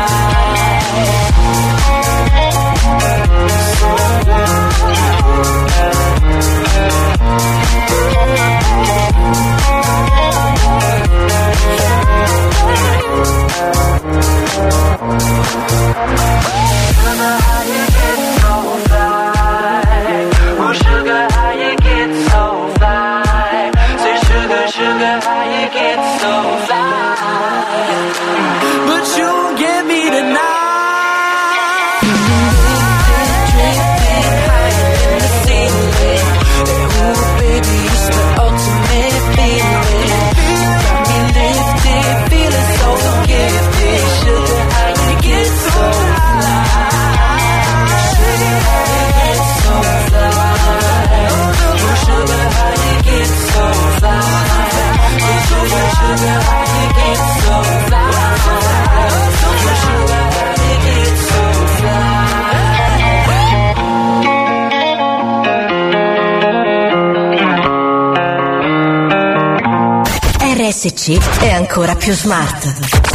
C è ancora più smart.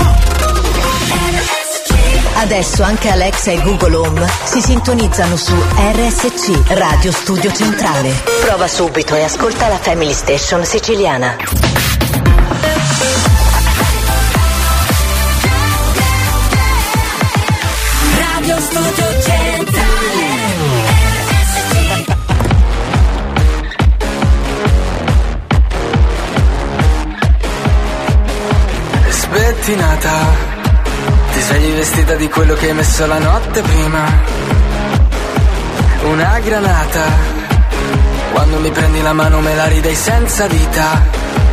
Adesso anche Alexa e Google Home si sintonizzano su R S C, Radio Studio Centrale. Prova subito e ascolta la Family Station siciliana. Radio Studio Centrale R S C. Spettinata, ti sei vestita di quello che hai messo la notte prima. Una granata, quando mi prendi la mano me la ridei senza dita.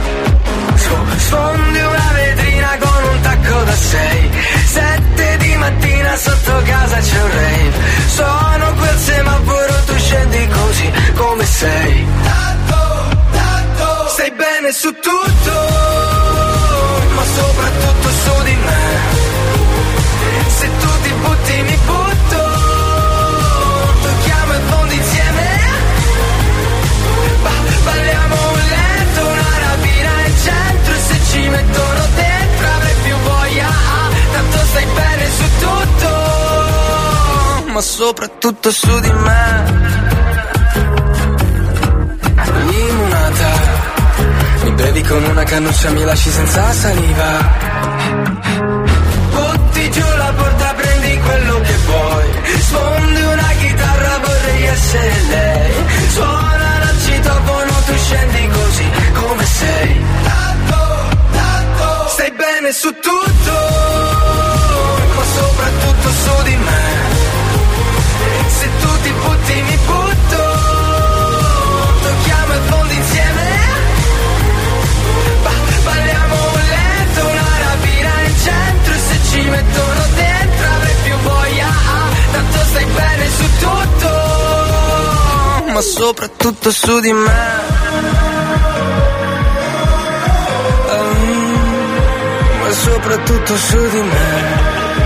Sfondi una vetrina con un tacco da sei. Sette di mattina sotto casa c'è un rave. Sono quel semaforo, tu scendi così come sei. Tanto, tanto, stai bene su tutto, ma soprattutto su di me. Se tu ti butti mi butto, tocchiamo il fondo insieme. Ba- balliamo un letto, una rapina in centro. E se ci mettono dentro avrei più voglia. Tanto stai bene su tutto, ma soprattutto su di me. Limonata, mi bevi con una cannuccia, mi lasci senza saliva. Giù la porta, prendi quello che vuoi. Sfondi una chitarra, vorrei essere lei. Suona il citofono, tu scendi così come sei. Tanto, tanto, stai bene su tutto, ma soprattutto su di me. Se tu ti butti mi butto, tocchiamo il fondo insieme. Ba- balliamo un letto, una rapina in centro. E se ci mettono dentro avrei più voglia. Tanto stai bene su tutto, ma soprattutto su di me. um, Ma soprattutto su di me.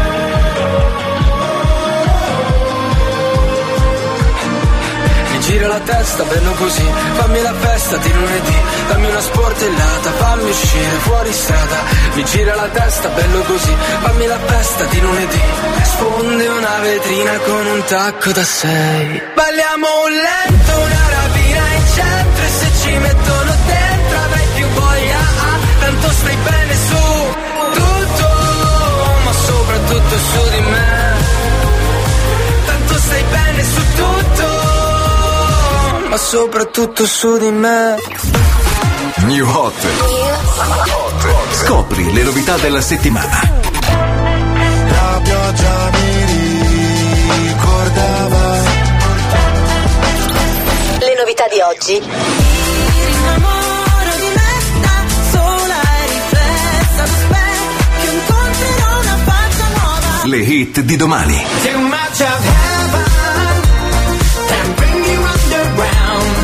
Gira la testa, bello così, fammi la festa di lunedì. Dammi una sportellata, fammi uscire fuori strada. Mi gira la testa, bello così, fammi la festa di lunedì. Sfonde una vetrina con un tacco da sei. Balliamo un lento, una rapina in centro. E se ci mettono dentro avrei più voglia. Tanto stai bene su tutto, ma soprattutto su di me. Tanto stai bene su tutto, ma soprattutto su di me. New Hot. Scopri le novità della settimana. La pioggia mi ricordava. Le novità di oggi. Mi rinnamoro di me da sola e riflessa allo specchio. Incontrerò una faccia nuova. Le hit di domani. Too much of heaven can bring you underground.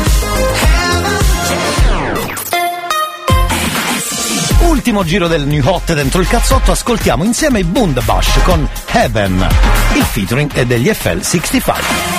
Ultimo giro del New Hot dentro il cazzotto, ascoltiamo insieme i Bundabash con Heaven. Il featuring è degli F L sessantacinque.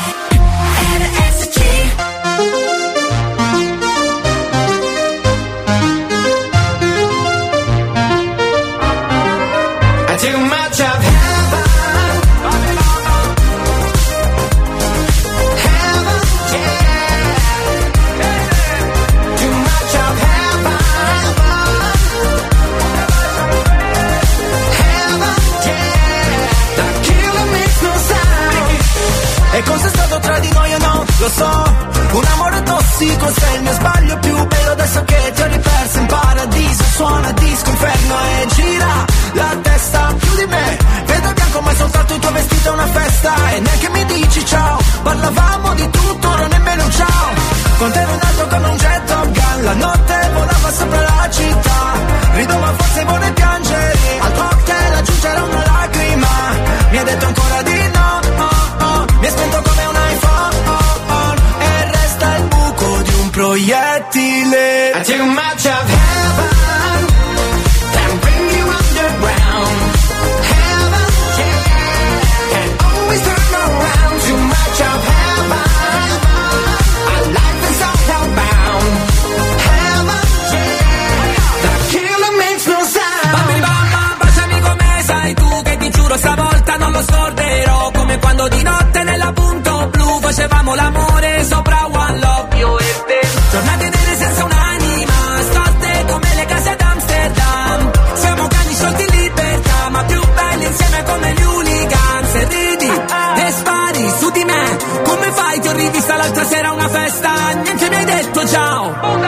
E cos'è stato tra di noi o no? Lo so, un amore tossico, sei il mio sbaglio più bello. Adesso che ti ho riperso in paradiso, suona disco inferno e gira la testa più di me. Vedo bianco ma è soltanto il tuo vestito è una festa. E neanche mi dici ciao, parlavamo di tutto, ora nemmeno un ciao. Con te ero in alto come un jet Top Gun, la notte volava sopra la città. Rido ma forse vuole piangere, al cocktail aggiungerò una lacrima. Mi ha detto ancora di no, oh, oh. Mi è spento come un iPhone e resta il buco di un proiettile. I too much of heaven can bring you underground. Heaven, yeah, can always turn around. Too much of heaven, our life is all hellbound. Heaven, yeah, the killer makes una festa, niente mi hai detto ciao.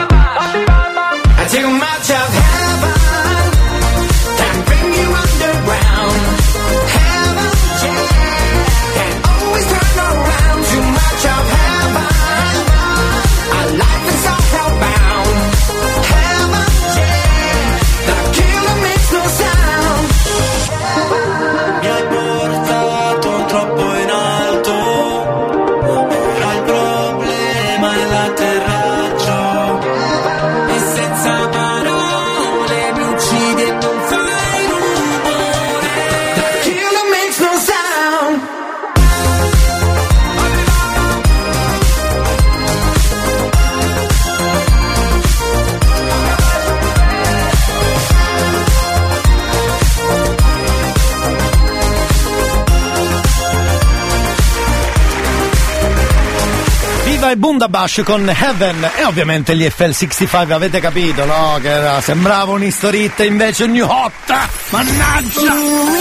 I take much of heaven, can bring you underground. Heaven, yeah, can always turn around. Too much of heaven, our life is so profound. Heaven, yeah, the killer makes no sound. Mi hai portato troppo in alto, ora il problema è l'atterraggio. E senza parole mi uccidi e non fai rumore. The killer makes no sound. Viva e Bundabash con Heaven e ovviamente gli F L sessantacinque, avete capito, no? Che era, sembrava un History Hit, invece New Hot. Mannaggia!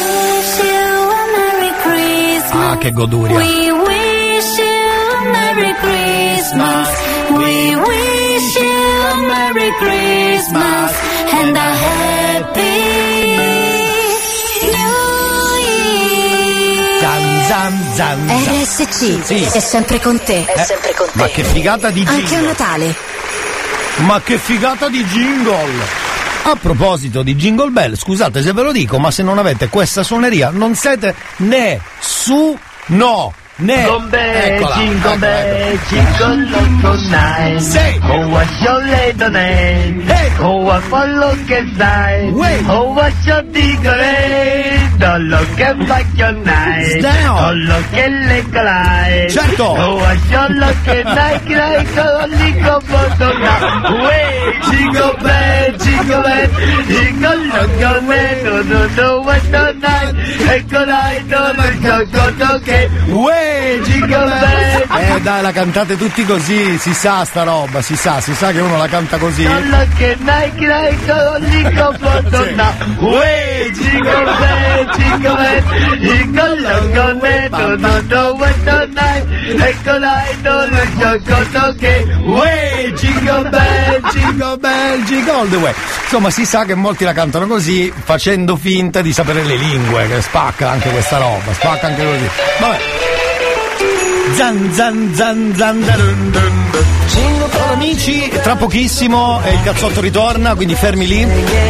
Ah, che goduria. We wish you a Merry Christmas. We wish you a Merry Christmas and a Happy Zan zan zan zan. R S C Sì. è sempre con te. È sempre con te. Ma che figata di jingle. Anche a Natale. Ma che figata di jingle! A proposito di Jingle Bell, scusate se ve lo dico, ma se non avete questa suoneria non siete nessuno. Ne. Jingle bell, Eccola, jingle eccola, bell, eccola. jingle all night. Sì. Oh, what's your little name? Hey. Oh, what for look inside? Wait. Oh, what's your degree? Don't look at like your night. Down. Oh, look at little eye. Certo. Oh, what's your look at like like a little bottle now. Wait, jingle bell, jingle bell, jingle look away. No, no, no, what's the night? Ecco dai, no, no, no, no, okay. Uè, Jingle bell. Eh dai, la cantate tutti così, si sa sta roba, si sa, si sa che uno la canta così. Solo che Nike like a lico fotona. Uè, jingle bell, jingle bell, jingle loco neto, no, no, what night. Ecco dai, no, no, no, che. Uè, jingle bell, Jingle bell, jingle all the way. Insomma, si sa che molti la cantano così, facendo finta di sapere le lingue, che spacca anche questa roba, spacca anche così. Vabbè. Zan zan zan zan darun dun. Allora, amici, tra pochissimo eh, il cazzotto ritorna, quindi fermi lì.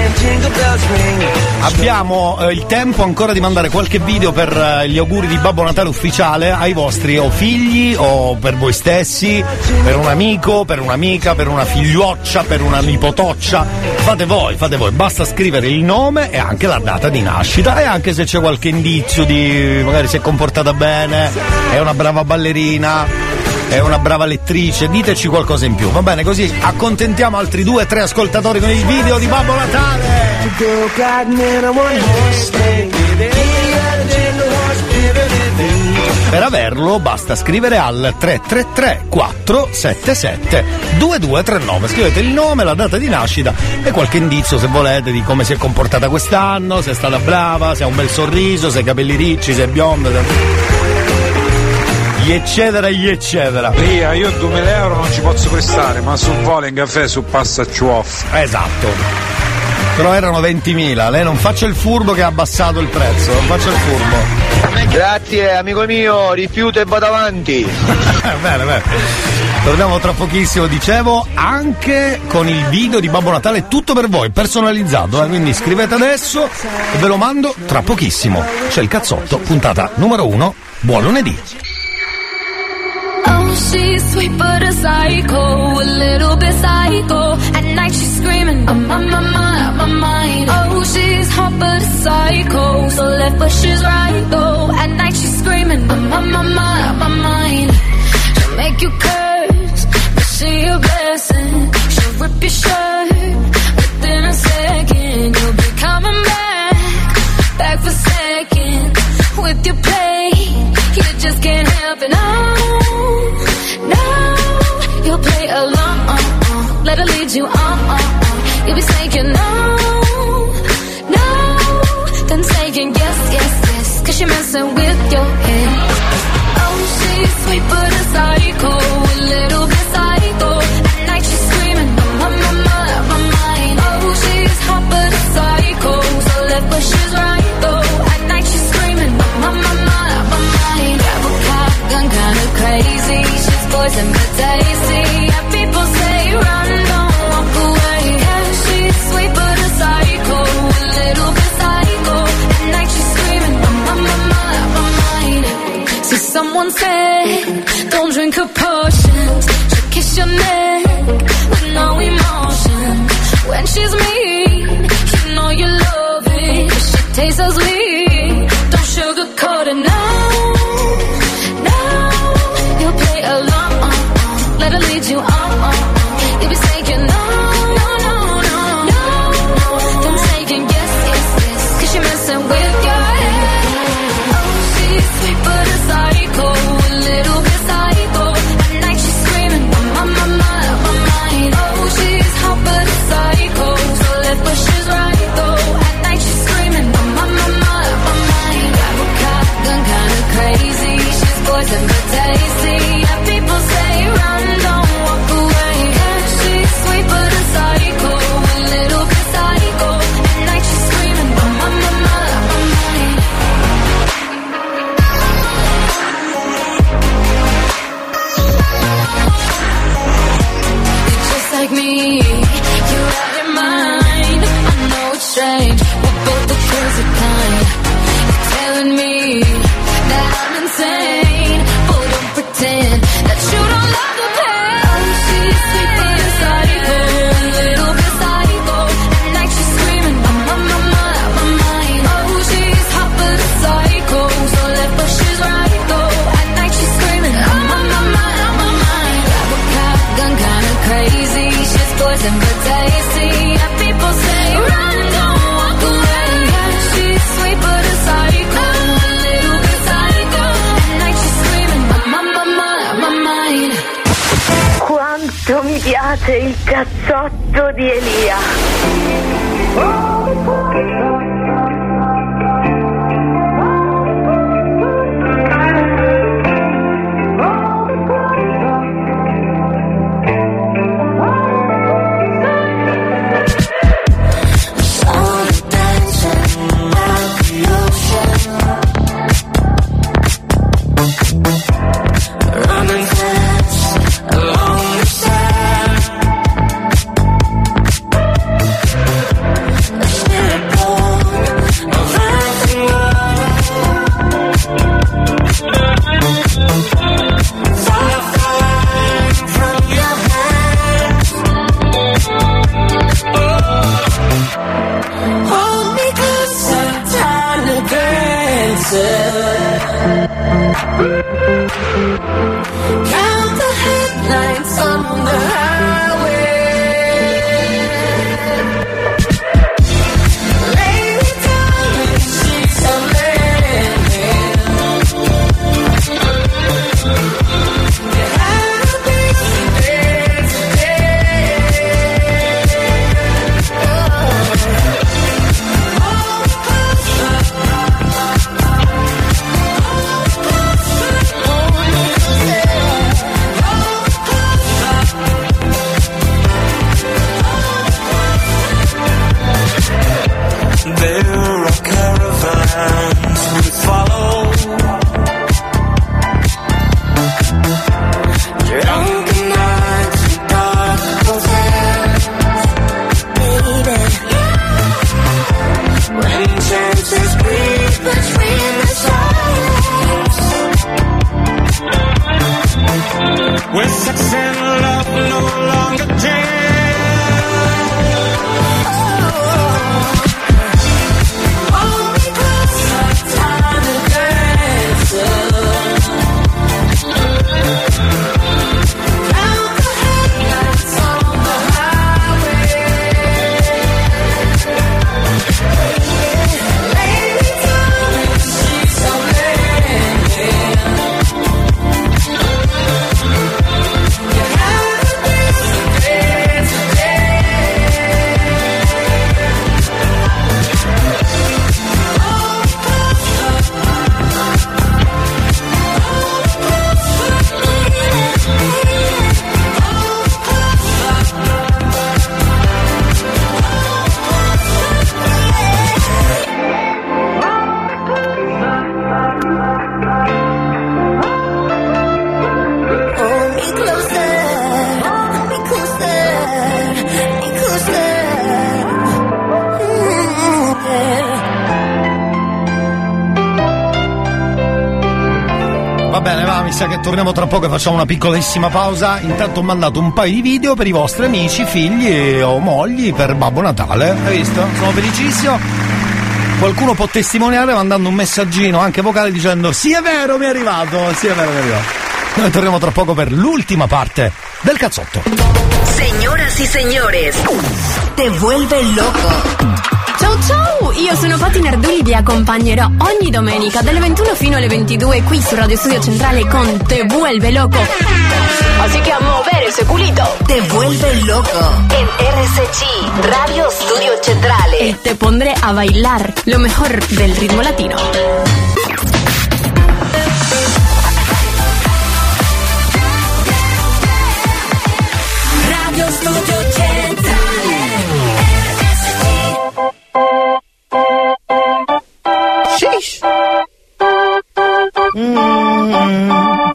Abbiamo eh, il tempo ancora di mandare qualche video per eh, gli auguri di Babbo Natale ufficiale ai vostri o figli o per voi stessi, per un amico, per un'amica, per una figliuoccia, per una nipotoccia. Fate voi, fate voi, basta scrivere il nome e anche la data di nascita e anche se c'è qualche indizio di magari si è comportata bene, è una brava ballerina, è una brava lettrice, diteci qualcosa in più, va bene? Così accontentiamo altri due o tre ascoltatori con il video di Babbo Natale. Per averlo basta scrivere al tre tre tre quattro sette sette due due tre nove, scrivete il nome, la data di nascita e qualche indizio se volete di come si è comportata quest'anno, se è stata brava, se ha un bel sorriso, se ha i capelli ricci, se è bionda, se... gli eccetera, gli eccetera. Lia, io duemila euro non ci posso prestare, ma sul volo in caffè su Passacci off. Esatto. Però erano ventimila, lei non faccia il furbo che ha abbassato il prezzo, non faccia il furbo. Grazie amico mio, rifiuto e vado avanti. Bene, bene. Torniamo tra pochissimo, dicevo, anche con il video di Babbo Natale tutto per voi, personalizzato, eh? Quindi scrivete adesso e ve lo mando tra pochissimo. C'è il cazzotto, puntata numero uno. Buon lunedì. Oh, she's sweet but a psycho, a little bit psycho. At night she's screaming, I'm on my mind, my mind. Oh, she's hot but a psycho, so left but she's right though. At night she's screaming, I'm on my mind, my mind. She'll make you curse, but she a blessing. She'll rip your shirt within a second. You'll be coming back, back for seconds. With your play, you just can't help it, no. No, you'll play along, let her lead you on. You'll be saying no, no, then saying yes, yes, yes, cause you're messing with your head. Oh, she's sweet but a psycho, a little bit See, someone said, don't drink her potions. She'll kiss your neck with no emotion. When she's mean, you know you love it. She tastes so sweet. Don't sugarcoat it now. Now you'll play along. Let her lead you on. You'll be saying no. She messing with your head. Oh, she's sweet but a psycho, a little bit psycho. At night she's screaming, my, my, my, my mind. Oh, she's hot but a psycho, so left but she's right though. At night she's screaming, my, my, my, my, my mind. Got a gun kinda crazy, she's poison but tasty. Yeah, people say run, don't walk away. Yeah, she's sweet but a psycho, a little bit psycho. At night she's screaming, my, my, my, my, my mind. You're just like me, you're out your mind. I know it's strange, we're both the crazy kind. You're telling me that I'm insane, but don't pretend that you don't love the pain. Oh, she's sweet but a psycho, a little bit psycho. At night she's screaming, my, my, my, my, my mind. Oh, she's hot but a psycho, so left but she's right though. At night she's screaming, my, my, my, my, my mind. Grab a cop gun kinda crazy, she's poison but tasty. Yeah, people say run, don't walk away. Yeah, she's sweet but a psycho, a little bit psycho. At night she's screaming, my, my, my, my, my mind. Quanto mi piace il cazzotto di Elia. Running fast along the sand. A ship born of earth and water. Fire flying from your hands. Oh, hold me closer, time to dance. Count the headlights on the highway. Lay me down in the sheets of linen. You had a busy day today. Hold me closer. Hold me closer. bene, va, mi sa che torniamo tra poco e facciamo una piccolissima pausa. Intanto ho mandato un paio di video per i vostri amici, figli o mogli per Babbo Natale. Hai visto? Sono felicissimo. Qualcuno può testimoniare mandando un messaggino anche vocale dicendo sì è vero mi è arrivato, sì è vero mi è arrivato. Noi torniamo tra poco per l'ultima parte del cazzotto. Señoras y señores, te vuelve loco. Ciao ciao, io sono Patti Nardulli, vi accompagnerò ogni domenica dalle ventuno fino alle ventidue qui su Radio Studio Centrale con Te Vuelve Loco. Así que a mover ese culito. Te vuelve loco en R S C, Radio Studio Centrale. Y te pondré a bailar lo mejor del ritmo latino. Radio Studio Centrale. Sheesh. Mm.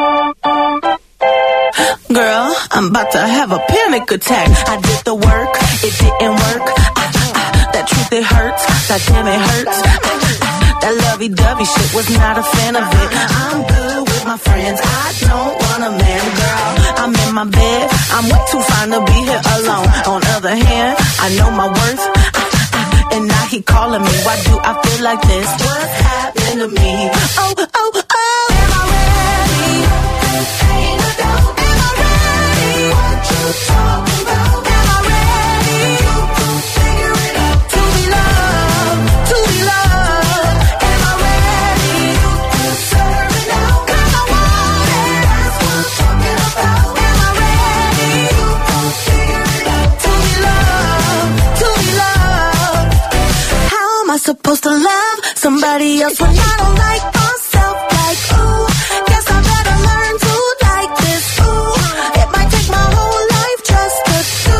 Girl, I'm about to have a panic attack. I did the work, it didn't work. Ah, ah, ah, that truth, it hurts. God damn, it hurts. Ah, ah, that lovey-dovey shit was not a fan of it. I'm good with my friends. I don't want a man, girl. I'm in my bed. I'm way too fine to be here alone. On other hand, I know my worth. Ah, ah, and now he calling me. Why do I feel like this? What's happened to me? Oh, oh, oh. Am I ready? Ain't no doubt. Am I ready? What you talking about? Am I ready? You can figure it out. To be loved, to be loved. Am I ready? You deserve it now. 'Cause I want it. That's what I'm talking about. Am I ready? You can figure it out. To be loved, to be loved. How am I supposed to love somebody else when I don't like myself? Like, ooh, guess I better learn to like this. Ooh, it might take my whole life just to do.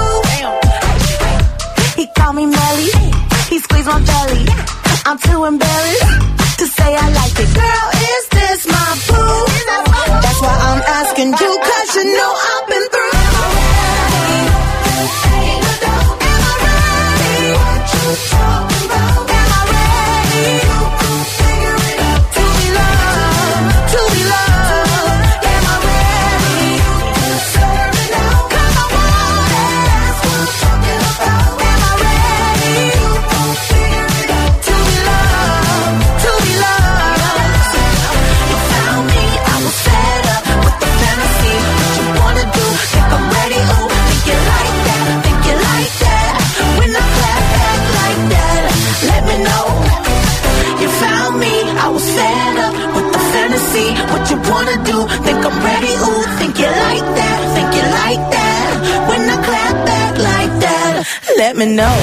He called me Melly, he squeezed my belly. I'm too embarrassed to say I like it. Girl, is this my boo? That's why I'm asking you, 'cause you know I've been through. Am I ready? Ain't no doubt. Am I ready? What you talking about? Am I ready? You can figure it out. To be loved, to be loved. Am I ready? You deserve it now. 'Cause I want it. That's what I'm talking about. Am I ready? You can figure it out. To be loved, to be loved. You found me, I was fed up with the fantasy. What you wanna do? Think I'm ready? Ooh, think you like that? Think you like that? When I clap back like that, let me know. You found me, I was fed up with the fantasy. What you wanna do? Think I'm ready? Ooh, think you like that? Think you like that? When I clap back like that, let me know.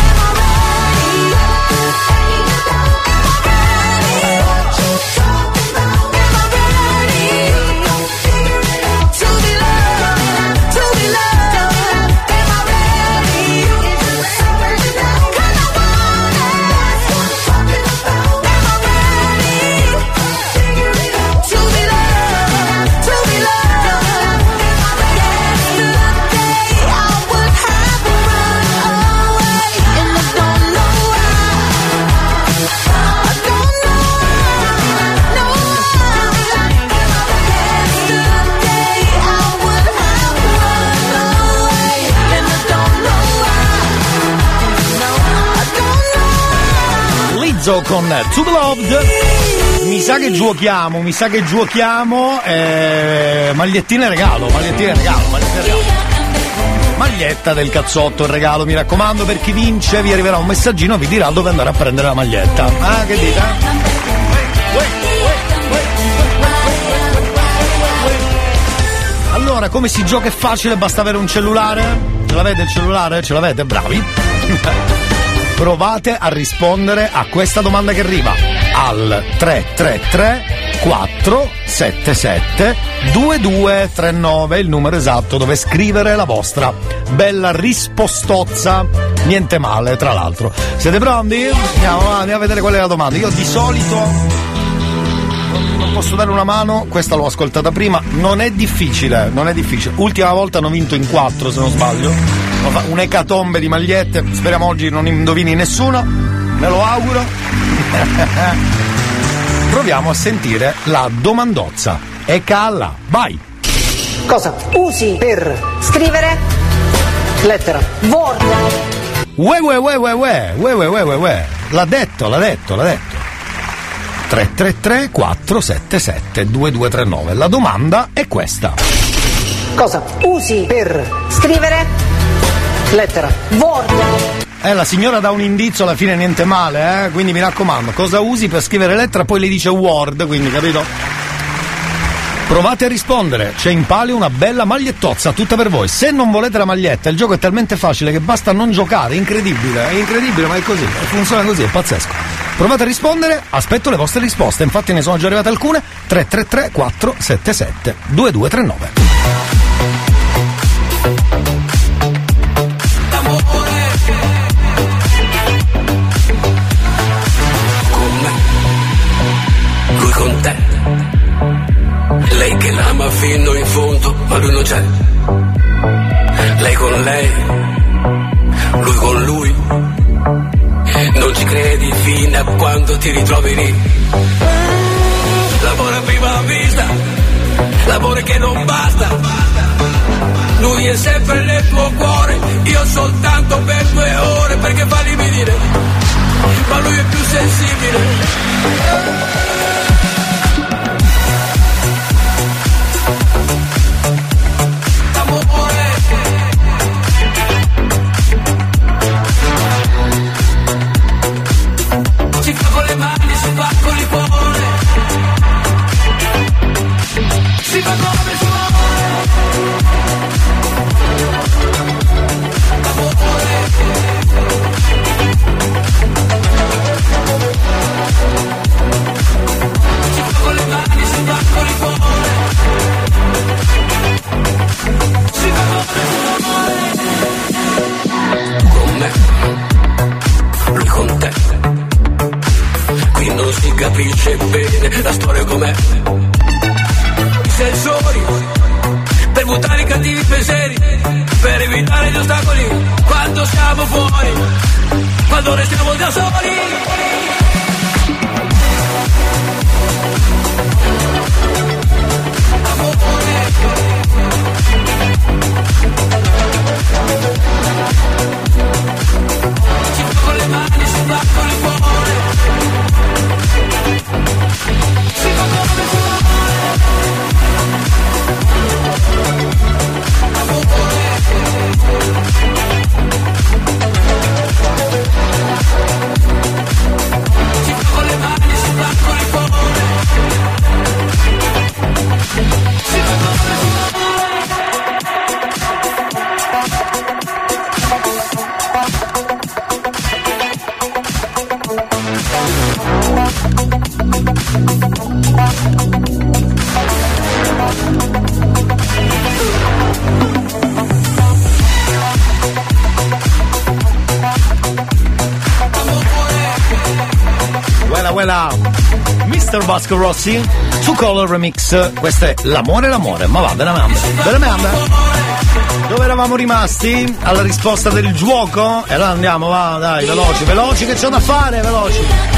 Con To Be Loved. Mi sa che giochiamo, mi sa che giochiamo eh, magliettine regalo, magliettine regalo, magliettine regalo. Maglietta del cazzotto, il regalo, mi raccomando, per chi vince vi arriverà un messaggino, vi dirà dove andare a prendere la maglietta. Ah, che dite? Allora, come si gioca è facile, basta avere un cellulare. Ce l'avete il cellulare? Ce l'avete? Bravi. Provate a rispondere a questa domanda che arriva al tre tre tre quattro sette sette due due tre nove, il numero esatto dove scrivere la vostra bella rispostozza. Niente male, tra l'altro. Siete pronti? Andiamo, andiamo a vedere qual è la domanda. Io di solito non posso dare una mano, questa l'ho ascoltata prima, non è difficile, non è difficile. Ultima volta hanno vinto in quattro, se non sbaglio. Un'ecatombe di magliette, speriamo oggi non indovini nessuno, me lo auguro. proviamo a sentire la domandozza. E calla, vai! Cosa usi per scrivere lettera Word? Ue ue ue ue ue ue ue ue ue ue l'ha detto, l'ha detto, l'ha detto. tre tre tre quattro sette sette due due tre nove. La domanda è questa. Cosa usi per scrivere lettera Word? Eh, la signora dà un indizio, alla fine niente male, eh? Quindi mi raccomando, cosa usi per scrivere lettera? Poi le dice Word, quindi capito? Provate a rispondere, c'è in palio una bella magliettozza tutta per voi. Se non volete la maglietta, il gioco è talmente facile che basta non giocare, è incredibile, è incredibile, ma è così, funziona così, è pazzesco. Provate a rispondere, aspetto le vostre risposte, infatti ne sono già arrivate alcune. Tre tre tre quattro sette sette due due tre nove. Lui con te, lei che l'ama fino in fondo, ma lui non c'è. Lei con lei, lui con lui. Non ci credi fino a quando ti ritrovi lì. L'amore a prima vista, l'amore che non basta. Lui è sempre nel tuo cuore, io soltanto per due ore, perché fa lividire, ma lui è più sensibile. Capisce bene la storia com'è. I sensori per buttare i cattivi pensieri, per evitare gli ostacoli quando siamo fuori, quando restiamo da soli. Ci fa con le mani, si va con il cuore. mister Vasco Rossi, Two Color Remix. Questo è L'amore, l'amore, ma va, veramente, veramente. Dove eravamo rimasti? Alla risposta del gioco? E allora andiamo, va, dai, veloci, veloci che c'ho da fare, veloci.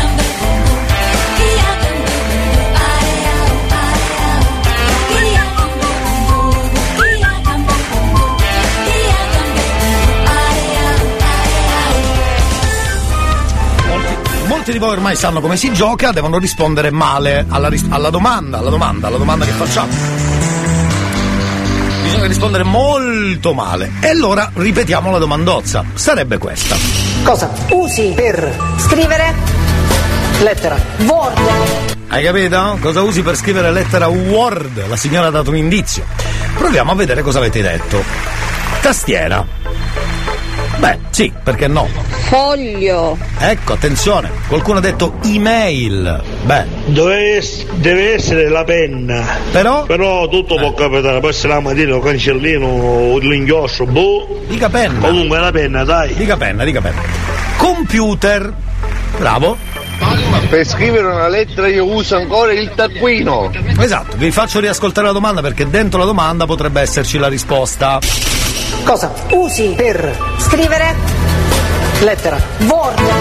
Molti di voi ormai sanno come si gioca, devono rispondere male alla, ris- alla domanda, alla domanda, alla domanda che facciamo. Bisogna rispondere molto male. E allora ripetiamo la domandozza. Sarebbe questa. Cosa usi per scrivere lettera Word? Hai capito? Cosa usi per scrivere lettera Word? La signora ha dato un indizio. Proviamo a vedere cosa avete detto. Tastiera. Beh, sì, perché no? Foglio. Ecco, attenzione, qualcuno ha detto email. Beh, deve, ess- deve essere la penna. Però? Però tutto eh. può capitare, può essere la mattina, il cancellino, l'inchiostro, boh. Dica penna. Comunque la penna, dai. Dica penna, dica penna. Computer. Bravo. Per scrivere una lettera io uso ancora il taccuino. Esatto, vi faccio riascoltare la domanda perché dentro la domanda potrebbe esserci la risposta. Cosa usi per scrivere lettera Word?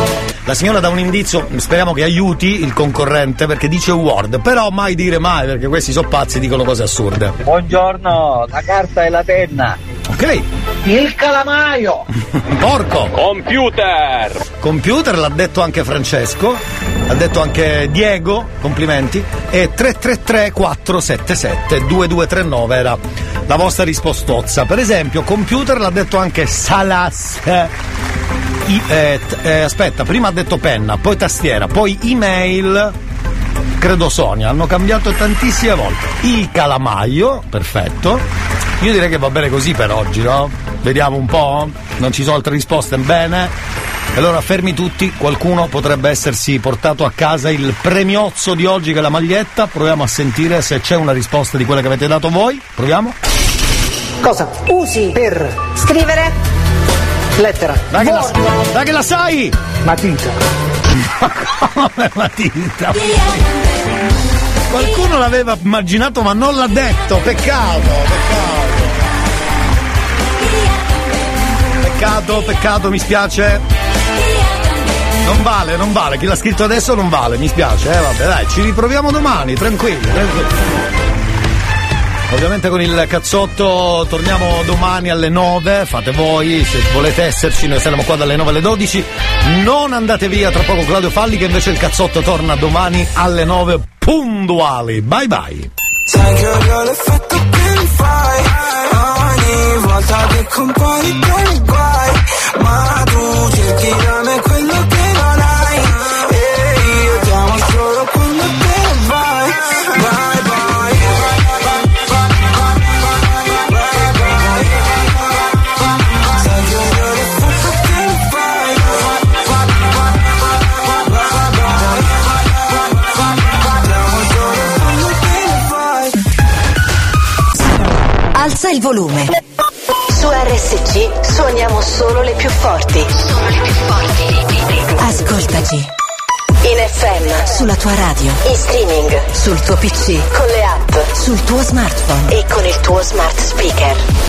La signora dà un indizio, speriamo che aiuti il concorrente perché dice word, però mai dire mai perché questi sono pazzi, dicono cose assurde. Buongiorno, la carta e la penna. Ok. Il calamaio. Porco. Computer. Computer l'ha detto anche Francesco, l'ha detto anche Diego, complimenti. E tre tre tre quattro sette sette due due tre nove era la vostra rispostozza. Per esempio, computer l'ha detto anche Salas. I, eh, t- eh, aspetta, prima ha detto penna, poi tastiera, poi email, credo Sonia, hanno cambiato tantissime volte. Il calamaio, perfetto. Io direi che va bene così per oggi, no? Vediamo un po', non ci sono altre risposte, bene. Allora fermi tutti, qualcuno potrebbe essersi portato a casa il premiozzo di oggi che è la maglietta. Proviamo a sentire se c'è una risposta di quella che avete dato voi. Proviamo. Cosa usi per scrivere? Lettera. Dai che, la, dai che la sai! Matita. Ma come matita? Qualcuno l'aveva immaginato ma non l'ha detto, peccato, peccato. Peccato, peccato, mi spiace. Non vale, non vale, chi l'ha scritto adesso non vale, mi spiace, eh vabbè dai, ci riproviamo domani, tranquilli, tranquilli. Ovviamente con il cazzotto torniamo domani alle nove, fate voi, se volete esserci, noi saremo qua dalle nove alle dodici. Non andate via, tra poco Claudio Falli che invece il cazzotto torna domani alle nove puntuali. Bye bye. Sai che odio l'effetto che mi fai ogni volta che compari dai guai, ma tu cerchi da me quello che non hai e io ti amo solo quando te ne vai. Bye bye. Sai che odio l'effetto che mi fai. Alza il volume. Su R S C suoniamo solo le più forti. Solo le più forti. Ascoltaci. In F M, sulla tua radio, in streaming, sul tuo P C, con le app, sul tuo smartphone e con il tuo smart speaker.